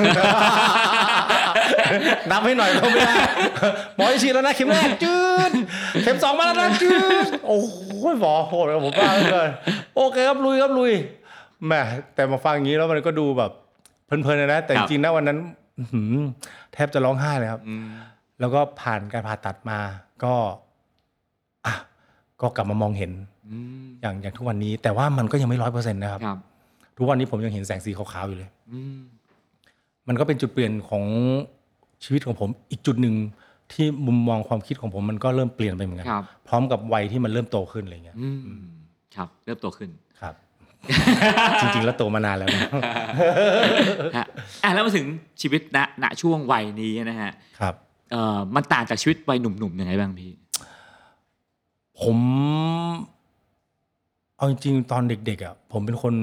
นับให้หน่อยก็ไม่ได้หมอจะฉีดแล้วนะเข็มแรกจืดเข็มสองมาแล้วนะจืดโอ้โหหมอโหดเลยผมว่าเลยโอเคครับลุยครับลุยแหมแต่มาฟังอย่างนี้แล้วมันก็ดูแบบเพลินๆนะแต่จริงๆนะวันนั้นแทบจะร้องไห้เลยครับแล้วก็ผ่านการผ่าตัดมาก็อ่ะก็กลับมามองเห็นอย่างอย่างทุกวันนี้แต่ว่ามันก็ยังไม่ร้อยเปอร์เซ็นต์นะครับทุกวันนี้ผมยังเห็นแสงสีขาวๆอยู่เลยมันก็เป็นจุดเปลี่ยนของชีวิตของผมอีกจุดหนึ่งที่มุมมองความคิดของผมมันก็เริ่มเปลี่ยนไปเหมือนกันพร้อมกับวัยที่มันเริ่มโตขึ้นอะไรเงี้ยครับเริ่มโตขึ้นครับ จริงๆแล้วโตมานานแล้วนะฮะอ่ะแล้วมาถึงชีวิตณณช่วงวัยนี้นะฮะครับเอ่อมันต่างจากชีวิตวัยหนุ่มๆยังไงบ้างพี่ผมเอาจริงๆตอนเด็กๆอ่ะผมเป็นคน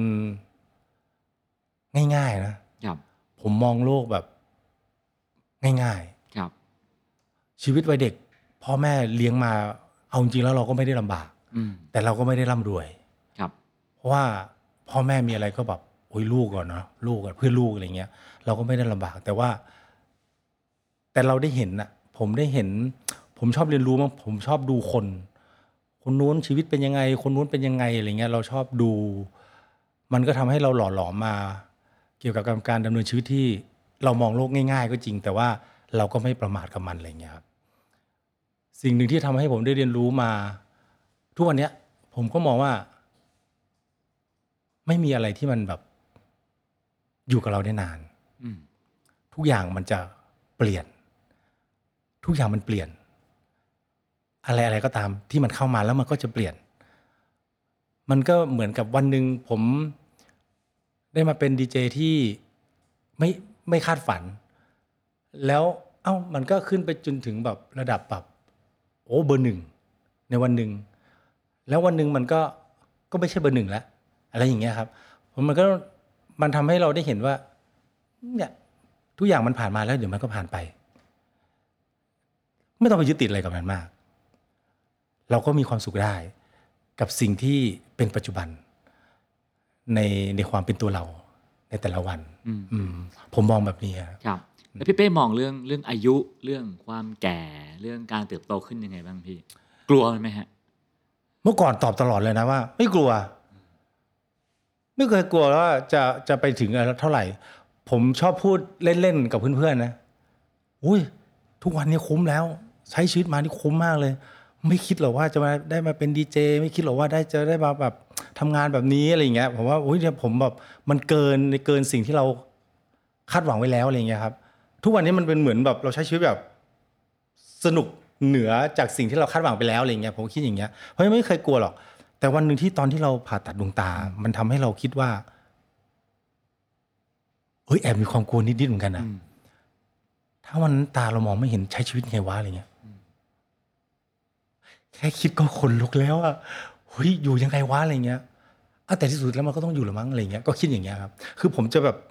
ง่ายๆนะครับผมมองโลกแบบง่ายๆครับชีวิตวัยเด็กพ่อแม่เลี้ยงมาเอาจริงๆแล้วเราก็ไม่ได้ลำบากแต่เราก็ไม่ได้ร่ำรวยครับเพราะว่าพ่อแม่มีอะไรก็แบบโอ้ยลูกก่อนเนาะลูกก่อนเพื่อลูกอะไรเงี้ยเราก็ไม่ได้ลำบากแต่ว่าแต่เราได้เห็นน่ะผมได้เห็นผมชอบเรียนรู้มั้งผมชอบดูคนคนนู้นชีวิตเป็นยังไงคนนู้นเป็นยังไงอะไรเงี้ยเราชอบดูมันก็ทำให้เราหล่อหลอมมาเกี่ยวกับการดำเนินชีวิตที่เรามองโลกง่ายๆก็จริงแต่ว่าเราก็ไม่ประมาทกับมันอะไรเงี้ยครับสิ่งหนึ่งที่ทำให้ผมได้เรียนรู้มาทุกวันนี้ผมก็มองว่าไม่มีอะไรที่มันแบบอยู่กับเราได้นานทุกอย่างมันจะเปลี่ยนทุกอย่างมันเปลี่ยนอะไรอะไรก็ตามที่มันเข้ามาแล้วมันก็จะเปลี่ยนมันก็เหมือนกับวันหนึ่งผมได้มาเป็นดีเจที่ไม่ไม่คาดฝันแล้วเอ้ามันก็ขึ้นไปจนถึงแบบระดับแบบโอ้เบอร์หนึ่งในวันหนึ่งแล้ววันหนึ่งมันก็ก็ไม่ใช่เบอร์หนึ่งแล้วอะไรอย่างเงี้ยครับมันก็มันทำให้เราได้เห็นว่าเนี่ยทุกอย่างมันผ่านมาแล้วเดี๋ยวมันก็ผ่านไปไม่ต้องไปยึดติดอะไรกับมันมากเราก็มีความสุขได้กับสิ่งที่เป็นปัจจุบันในในความเป็นตัวเราในแต่ละวันผมมองแบบนี้ครับแล้วพี่เป้มองเรื่องเรื่องอายุเรื่องความแก่เรื่องการเติบโตขึ้นยังไงบ้างพี่กลัวมันไหมฮะเมื่อก่อนตอบตลอดเลยนะว่าไม่กลัวไม่เคยกลัวว่าจะจะไปถึงอะไรเท่าไหร่ผมชอบพูดเล่นๆกับเพื่อนๆนะอุ้ยทุกวันนี้คุ้มแล้วใช้ชีวิตมานี่คุ้มมากเลยไม่คิดหรอกว่าจะมาได้มาเป็นดีเจไม่คิดหรอกว่าได้จะได้มาแบบทำงานแบบนี้อะไรอย่างเงี้ยผมว่าอุ้ยเนี่ยผมแบบมันเกินเกินสิ่งที่เราคาดหวังไว้แล้วอะไรอย่างเงี้ยครับทุกวันนี้มันเป็นเหมือนแบบเราใช้ชีวิตแบบสนุกเหนือจากสิ่งที่เราคาดหวังไปแล้วอะไรอย่างเงี้ยผมคิดอย่างเงี้ยเพราะไม่เคยกลัวหรอกแต่วันนึงที่ตอนที่เราผ่าตัดดวงตามันทำให้เราคิดว่าเฮ้ยแอบมีความกลัวนิดๆเหมือนกันนะถ้าวันนั้นตาเรามองไม่เห็นใช้ชีวิตไงวะอะไรเงี้ยแค่คิดก็ขนลุกแล้วอ่ะเฮ้ยอยู่ยังไงวะอะไรเงี้ยอ่ะแต่ที่สุดแล้วมันก็ต้องอยู่หรือมั้งอะไรเงี้ยก็คิดอย่างเงี้ยครับคือผมจะแบบ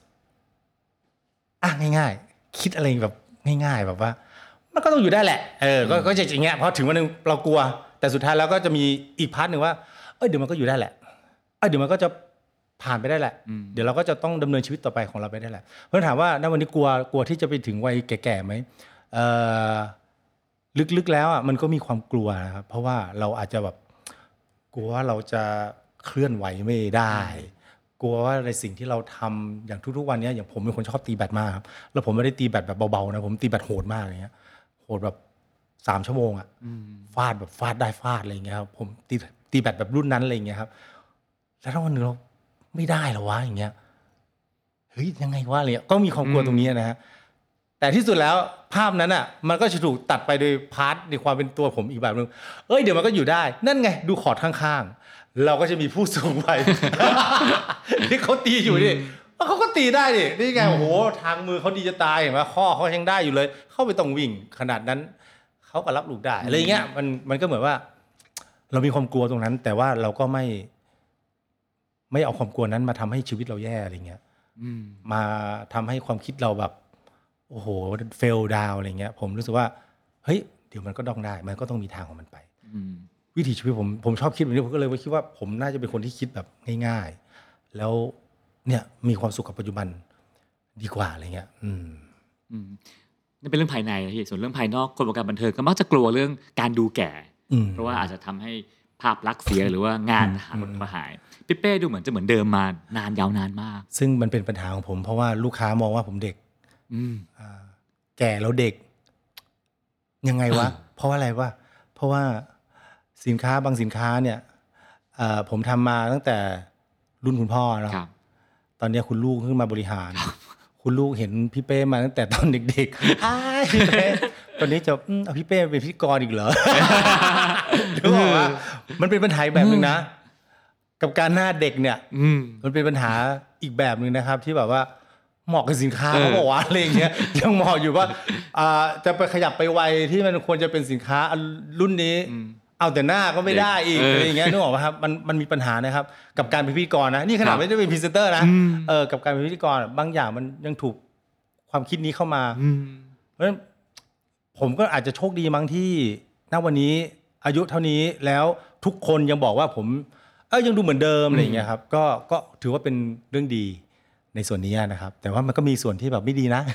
อ่ะง่ายๆคิดอะไรแบบง่ายๆแบบว่ามันก็ต้องอยู่ได้แหละเออก็ก็จะอย่างเงี้ยพอถึงวันนึงเรากลัวแต่สุดท้ายแล้วก็จะมีอีกพาร์ทนึงว่าเอ้ยเดี๋ยวมันก็อยู่ได้แหละเอ้ยเดี๋ยวมันก็จะผ่านไปได้แหละเดี๋ยวเราก็จะต้องดำเนินชีวิตต่อไปของเราไปได้แหละเพราะถามว่าณวันนี้กลัวกลัวที่จะไปถึงวัยแก่ๆไหมเอ่อลึกๆแล้วอ่ะมันก็มีความกลัวนะครับเพราะว่าเราอาจจะแบบกลัวว่าเราจะเคลื่อนไหวไม่ได้กลัวว่าในสิ่งที่เราทำอย่างทุกๆวันนี้อย่างผมเป็นคนชอบตีแบดมากครับแล้วผมไม่ได้ตีแบดแบบเบาๆนะผมตีแบดโหดมากอะไรเงี้ยโหดแบบสามชั่วโมงอ่ะฟาดแบบฟาดได้ฟาดอะไรเงี้ยครับผมตีตีแบดแบบรุ่นนั้นอะไรเงี้ยครับแล้วถ้าวันนึงเราไม่ได้หรอวะอย่างเงี้ยเฮ้ยยังไงวะอะไรเงี้ยก็มีความกลัวตรงนี้นะฮะแต่ที่สุดแล้วภาพนั้นอ่ะมันก็จะถูกตัดไปโดยพาร์ทในความเป็นตัวผมอีกแบบนึงเอ้ยเดี๋ยวมันก็อยู่ได้นั่นไงดูคอร์ดข้างๆเราก็จะมีผู้สูงวัย ที่เขาตีอยู่นี่เขาก็ตีได้ดินี่ไงโอ้โหทางมือเขาดีจะตายเห็นไหมข้อเขายังได้อยู่เลยเข้าไปต้องวิ่งขนาดนั้นเขาก็รับลูกได้อะไรเงี้ยมันมันก็เหมือนว่าเรามีความกลัวตรงนั้นแต่ว่าเราก็ไม่ไม่เอาความกลัวนั้นมาทำให้ชีวิตเราแย่อะไรเงี้ยมาทำให้ความคิดเราแบบโอ้โหเฟลดาวอะไรเงี้ยผมรู้สึกว่าเฮ้ยเดี๋ยวมันก็ต้องได้มันก็ต้องมีทางของมันไปวิถีชีวิตผมผมชอบคิดแบบนี้ผมก็เลยคิดว่าผมน่าจะเป็นคนที่คิดแบบง่ายๆแล้วเนี่ยมีความสุขกับปัจจุบันดีกว่าอะไรเงี้ยอืมอืมนี่เป็นเรื่องภายในพี่ส่วนเรื่องภายนอกคนวงการบันเทิงก็มักจะกลัวเรื่องการดูแก่เพราะว่าอาจจะทำให้ภาพลักษณ์เสียหรือว่างานหดหายพี่เป้ดูเหมือนจะเหมือนเดิมมานานยาวนานมากซึ่งมันเป็นปัญหาของผมเพราะว่าลูกค้ามองว่าผมเด็กแก่แล้วเด็กยังไงวะ เพราะว่าอะไรวะเพราะว่าสินค้าบางสินค้าเนี่ยผมทำมาตั้งแต่รุ่นคุณพ่อเนาะตอนนี้คุณลูกขึ้นมาบริหารคุณลูกเห็นพี่เป้มาตั้งแต่ตอนเด็กๆอ้ายพี่เป้ตอนนี้จะเอาพี่เป้เป็นพิธีกรอีกเหรอรู้ป่ะว่ามันเป็นปัญหาแบบนึงนะกับการหน้าเด็กเนี่ยมันเป็นปัญหาอีกแบบนึงนะครับที่แบบว่าเหมาะกับสินค้าเขาบอกว่าอะไรอย่างเงี้ยยังเหมาะอยู่ว่าจะไปขยับไปไวที่มันควรจะเป็นสินค้ารุ่นนี้เอาแต่หน้าก็ไม่ได้อีกอะไรอย่างเงี้ยนึกออกป่ะครับมันมันมีปัญหานะครับกับการเป็นพิธีกรนะนี่ขนาดไม่ได้เป็นพรีเซนเตอร์นะเออกับการเป็นพิธีกรบางอย่างมันยังถูกความคิดนี้เข้ามาเพราะฉะนั้นผมก็อาจจะโชคดีมั้งที่ณวันนี้อายุเท่านี้แล้วทุกคนยังบอกว่าผมเอ้ยยังดูเหมือนเดิมอะไรอย่างเงี้ยครับก็ก็ถือว่าเป็นเรื่องดีในส่วนนี้นะครับแต่ว่ามันก็มีส่วนที่แบบไม่ดีนะ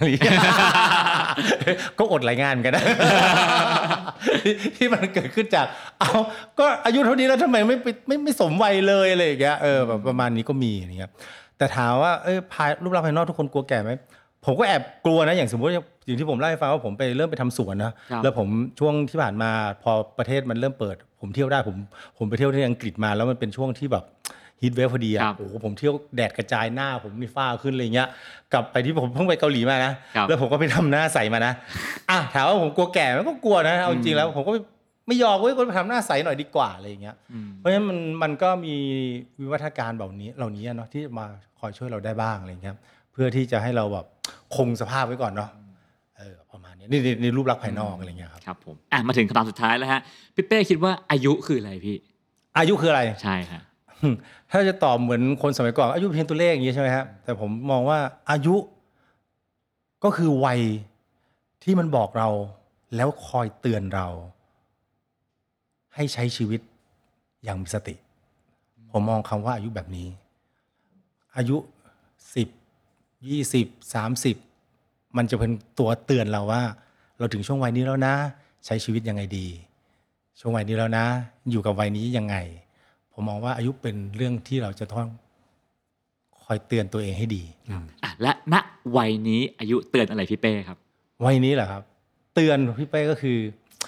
ก็อดรายงานกันนะที่มันเกิดขึ้นจากเอาก็อายุเท่านี้แล้วทำไมไม่ไม่ไม่สมวัยเลยอะไรอย่างเงี้ยเออแบบประมาณนี้ก็มีอย่างเงี้ยแต่ถามว่าเอ้ยภายรูปลักษณ์ภายนอกทุกคนกลัวแก่ไหมผมก็แอบกลัวนะอย่างสมมติอย่างที่ผมเล่าให้ฟังว่าผมไปเริ่มไปทำสวนนะแล้วผมช่วงที่ผ่านมาพอประเทศมันเริ่มเปิดผมเที่ยวได้ผมผมไปเที่ยวที่อังกฤษมาแล้วมันเป็นช่วงที่แบบฮีทเวฟพอดีอ่ะโอ้โหผมเที่ยวแดดกระจายหน้าผมนี่ฝ้าขึ้นอะไรเงี้ยกลับไปที่ผมเพิ่งไปเกาหลีมานะแล้วผมก็ไปทำหน้าใสมานะอ่ะถามว่าผมกลัวแก่มันก็กลัวนะเอาจริงแล้วผมก็ไม่ยอมเว้ยก็ไปทำหน้าใสหน่อยดีกว่าอะไรเงี้ยเพราะฉะนั้นมันมันก็มีวิวัฒนาการแบบนี้เหล่านี้เนาะที่มาคอยช่วยเราได้บ้างอะไรเงี้ยเพื่อที่จะให้เราแบบคงสภาพไว้ก่อนเนาะเออประมาณนี้นี่ในรูปลักษณ์ภายนอกอะไรเงี้ยครับครับผมอ่ะมาถึงคำถามสุดท้ายแล้วฮะพี่เป้คิดว่าอายุคืออะไรพี่อายุคืออะไรใช่ฮะถ้าจะตอบเหมือนคนสมัยก่อนอายุเพียงตัวเลขอย่างนี้ใช่ไหมครับแต่ผมมองว่าอายุก็คือวัยที่มันบอกเราแล้วคอยเตือนเราให้ใช้ชีวิตอย่างมีสติผมมองคำว่าอายุแบบนี้อายุสิบ ยี่สิบ สามสิบมันจะเป็นตัวเตือนเราว่าเราถึงช่วงวัยนี้แล้วนะใช้ชีวิตยังไงดีช่วงวัยนี้แล้วนะอยู่กับวัยนี้ยังไงผมมองว่าอายุเป็นเรื่องที่เราจะต้องคอยเตือนตัวเองให้ดีอ่ะและณวัยนี้อายุเตือนอะไรพี่เป้ครับวัยนี้เหรอครับเตือนพี่เป้ก็คือ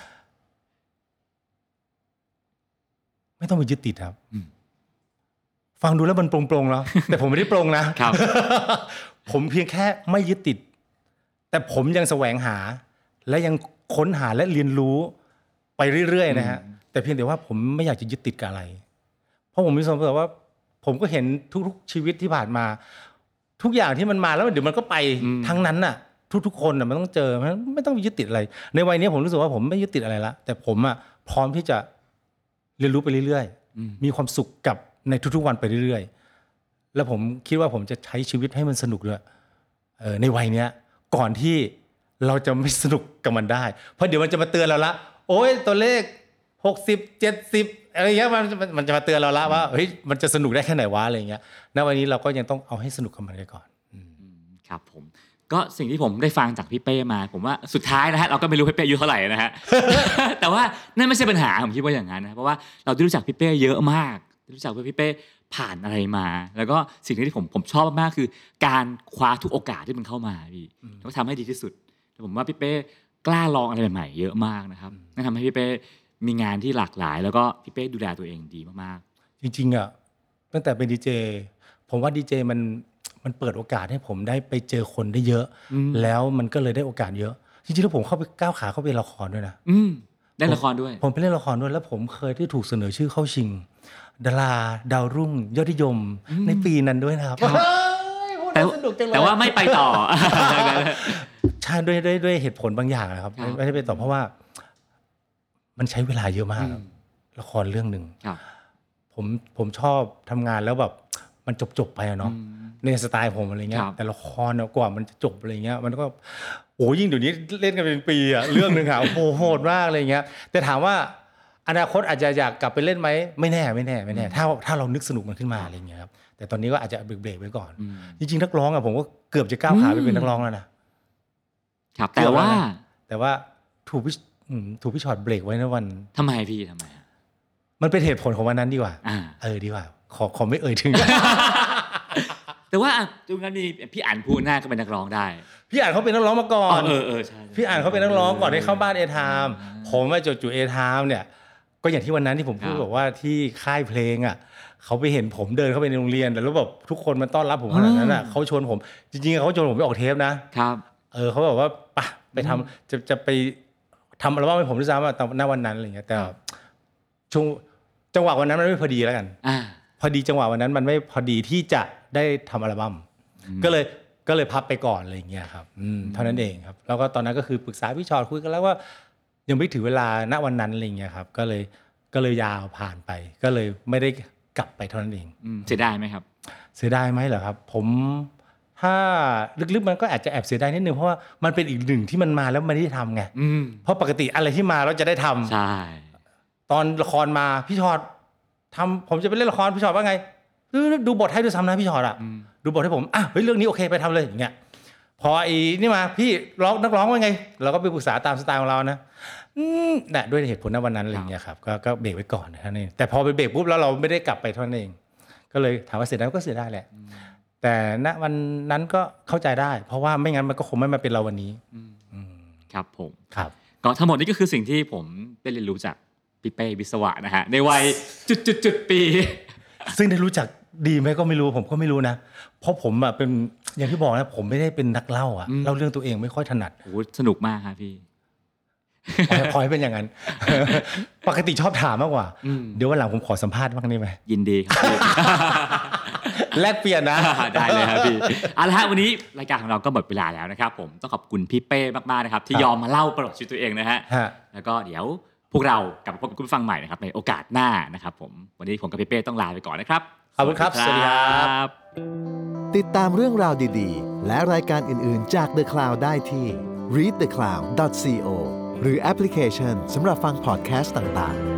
ไม่ต้องไปยึดติดครับฟังดูแล้วมันปรงๆแล้ว แต่ผมไม่ได้ปรงนะครับ ผมเพียงแค่ไม่ยึดติดแต่ผมยังแสวงหาและยังค้นหาและเรียนรู้ไปเรื่อยๆนะฮะแต่เพียงแต่ว่าผมไม่อยากจะยึดติดกับอะไรเพราะผมมีความรู้สึกว่าผมก็เห็นทุกๆชีวิตที่ผ่านมาทุกอย่างที่มันมาแล้วเดี๋ยวมันก็ไปทั้งนั้นน่ะทุกๆคนน่ะมันต้องเจอไม่ต้องยึดติดอะไรในวัยนี้ผมรู้สึกว่าผมไม่ยึดติดอะไรละแต่ผมอ่ะพร้อมที่จะเรียนรู้ไปเรื่อยๆมีความสุขกับในทุกๆวันไปเรื่อยๆแล้วผมคิดว่าผมจะใช้ชีวิตให้มันสนุกด้วยเออในวัยเนี้ยก่อนที่เราจะไม่สนุกกับมันได้เพราะเดี๋ยวมันจะมาเตือนเราละโอ๊ยตัวเลขหกสิบ เจ็ดสิบอะไรเงี้ยมันมันจะมาเตือนเราละว่าเฮ้ยมันจะสนุกได้แค่ไหนวะอะไรเงี้ยณวันนี้เราก็ยังต้องเอาให้สนุกกับมันไปก่อนครับผมก็สิ่งที่ผมได้ฟังจากพี่เป้มาผมว่าสุดท้ายนะฮะเราก็ไม่รู้พี่เป้อายุเท่าไหร่นะฮะ แต่ว่านั่นไม่ใช่ปัญหาผมคิดว่าอย่างนั้นนะเพราะว่าเราได้รู้จักพี่เป้เยอะมากได้รู้จักว่าพี่เป้ผ่านอะไรมาแล้วก็สิ่งที่ผมผมชอบมากคือการคว้าทุกโอกาสที่มันเข้ามาพี่แล้วก็ทำให้ดีที่สุดผมว่าพี่เป้กล้าลองอะไรใหม่ๆเยอะมากนะครับนั่นทำให้พี่เป้มีงานที่หลากหลายแล้วก็พี่เป้ดูแลตัวเองดีมากๆจริงๆอ่ะตั้งแต่เป็นดีเจผมว่าดีเจมันมันเปิดโอกาสให้ผมได้ไปเจอคนได้เยอะแล้วมันก็เลยได้โอกาสเยอะจริงๆแล้วผมเข้าไปก้าวขาเข้าไปละครด้วยนะอืมได้ละครด้วยผมไปเล่นละครด้วยแล้วผมเคยที่ถูกเสนอชื่อเข้าชิงดาราดาวรุ่งยอดนิยมในปีนั้นด้วยนะครับแต่แต่ว่าไม่ไปต่อใช่ด้วยด้วยด้วยเหตุผลบางอย่างนะครับไม่ได้ไปต่อเพราะว่ามันใช้เวลาเยอะมากละครเรื่องนึงผมผมชอบทำงานแล้วแบบมันจบๆไปอะเนาะในสไตล์ผมอะไรเงี้ยแต่ละครกว่ามันจะจบอะไรเงี้ยมันก็โอ้ยิ่งเดี๋ยวนี้เล่นกันเป็นปีอะเรื่องนึงอะโอ้โหโหดมากอะไรเงี้ยแต่ถามว่าอนาคตอาจจะอยากกลับไปเล่นไหมไม่แน่ไม่แน่ไม่แน่ถ้าถ้าเรานึกสนุกมันขึ้นมาอะไรเงี้ยครับแต่ตอนนี้ก็อาจจะเบรกๆไว้ก่อนจริงๆนักร้องอะผมก็เกือบจะก้าวขาไปเป็นนักร้องแล้วนะครับแต่ว่าแต่ว่าถูกพี่ถูกพี่ช็อตเบรกไว้ในวันทำไมพี่ทำไมมันเป็นเหตุผลของวันนั้นดีกว่าเออดีกว่าขอขอไม่เอ่ยถึงแต่ว่าตรงนั้นมีพี่อ่านพูดหน้าก็เป็นนักร้องได้พี่อ่านเขาเป็นนักร้องมาก่อนเออเออใช่พี่อ่านเขาเป็นนักร้องก่อนที่เข้าบ้านเอไทม์ผมมาจดจุเอไทม์เนี่ยก็อย่างที่วันนั้นที่ผมพูดบอกว่าที่ค่ายเพลงอ่ะเขาไปเห็นผมเดินเข้าไปในโรงเรียนแล้วแบบทุกคนมาต้อนรับผมขนาดนั้นอ่ะเขาชวนผมจริงๆเขาชวนผมไปออกเทปนะครับเออเขาบอกว่าไปไปทำจะจะไปทำอัลบั้มให้ผมด้วยซ้ำอะตอนวันนั้นอะไรเงี้ยแต่ช่วงจังหวะวันนั้นมันไม่พอดีแล้วกันพอดีจังหวะวันนั้นมันไม่พอดีที่จะได้ทำอัลบั้มก็เลยก็เลยพับไปก่อนอะไรอย่างเงี้ยครับเท่านั้นเองครับแล้วก็ตอนนั้นก็คือปรึกษาพี่ชอตคุยกันแล้วว่ายังไม่ถึงเวลาณวันนั้นอะไรอย่างเงี้ยครับก็เลยก็เลยยาวผ่านไปก็เลยไม่ได้กลับไปเท่านั้นเองเสียดายไหมครับเสียดายไหมเหรอครับผมถ้าลึกๆมันก็อาจจะแอบเสียดายนิดนึงเพราะว่ามันเป็นอีกหนึ่งที่มันมาแล้วไม่ได้ทำไงเพราะปกติอะไรที่มาแล้วจะได้ทำใช่ตอนละครมาพี่ชอตทำผมจะไปเล่นละครพี่ชอตว่าไงดูบทให้ด้วยซ้ำนะพี่ชอตอะดูบทให้ผมอ่ะเฮ้ยเรื่องนี้โอเคไปทำเลยอย่างเงี้ยพอไอ้นี่มาพี่ร้องนักร้องว่าไงเราก็ไปปรึกษาตามสไตล์ของเรานะแต่ด้วยเหตุผลณวันนั้นอะไรอย่างเงี้ยครับก็ก็เบรกไว้ก่อนนะนี่แต่พอไปเบรกปุ๊บแล้วเราไม่ได้กลับไปเท่านั้นเองก็เลยถามว่าเสียดายก็เสียดายแหละแต่ณวันนั้นก็เข้าใจได้เพราะว่าไม่งั้นมันก็คงไม่มาเป็นเราวันนี้ครับผมครับก็ทั้งหมดนี้ก็คือสิ่งที่ผมได้เรียนรู้จากพี่เป้วิศวะนะฮะในวัยจุดๆๆปีซึ่งได้รู้จักดีไหมก็ไม่รู้ผมก็ไม่รู้นะเพราะผมอ่ะเป็นอย่างที่บอกนะผมไม่ได้เป็นนักเล่าอ่ะเล่าเรื่องตัวเองไม่ค่อยถนัดโอ้สนุกมากครับพี่พอให้เป็นอย่างนั้นปกติชอบถามมากกว่าเดี๋ยววันหลังผมขอสัมภาษณ์บ้างได้ไหมยินดีครับแลกเปลี่ยนนะได้เลยครับพี่เอาละฮะวันนี้รายการของเราก็หมดเวลาแล้วนะครับผมต้องขอบคุณพี่เป้มากๆนะครับที่ยอมมาเล่าประวัติชีวิตตัวเองนะฮะแล้วก็เดี๋ยวพวกเรากลับมาพบกับคุณผู้ฟังใหม่นะครับในโอกาสหน้านะครับผมวันนี้ผมกับพี่เป้ต้องลาไปก่อนนะครับขอบคุณครับสวัสดีครับติดตามเรื่องราวดีๆและรายการอื่นๆจาก The Cloud ได้ที่ รีด เดอะ คลาวด์ ดอท ซี โอ หรือแอปพลิเคชันสำหรับฟังพอดแคสต์ต่างๆ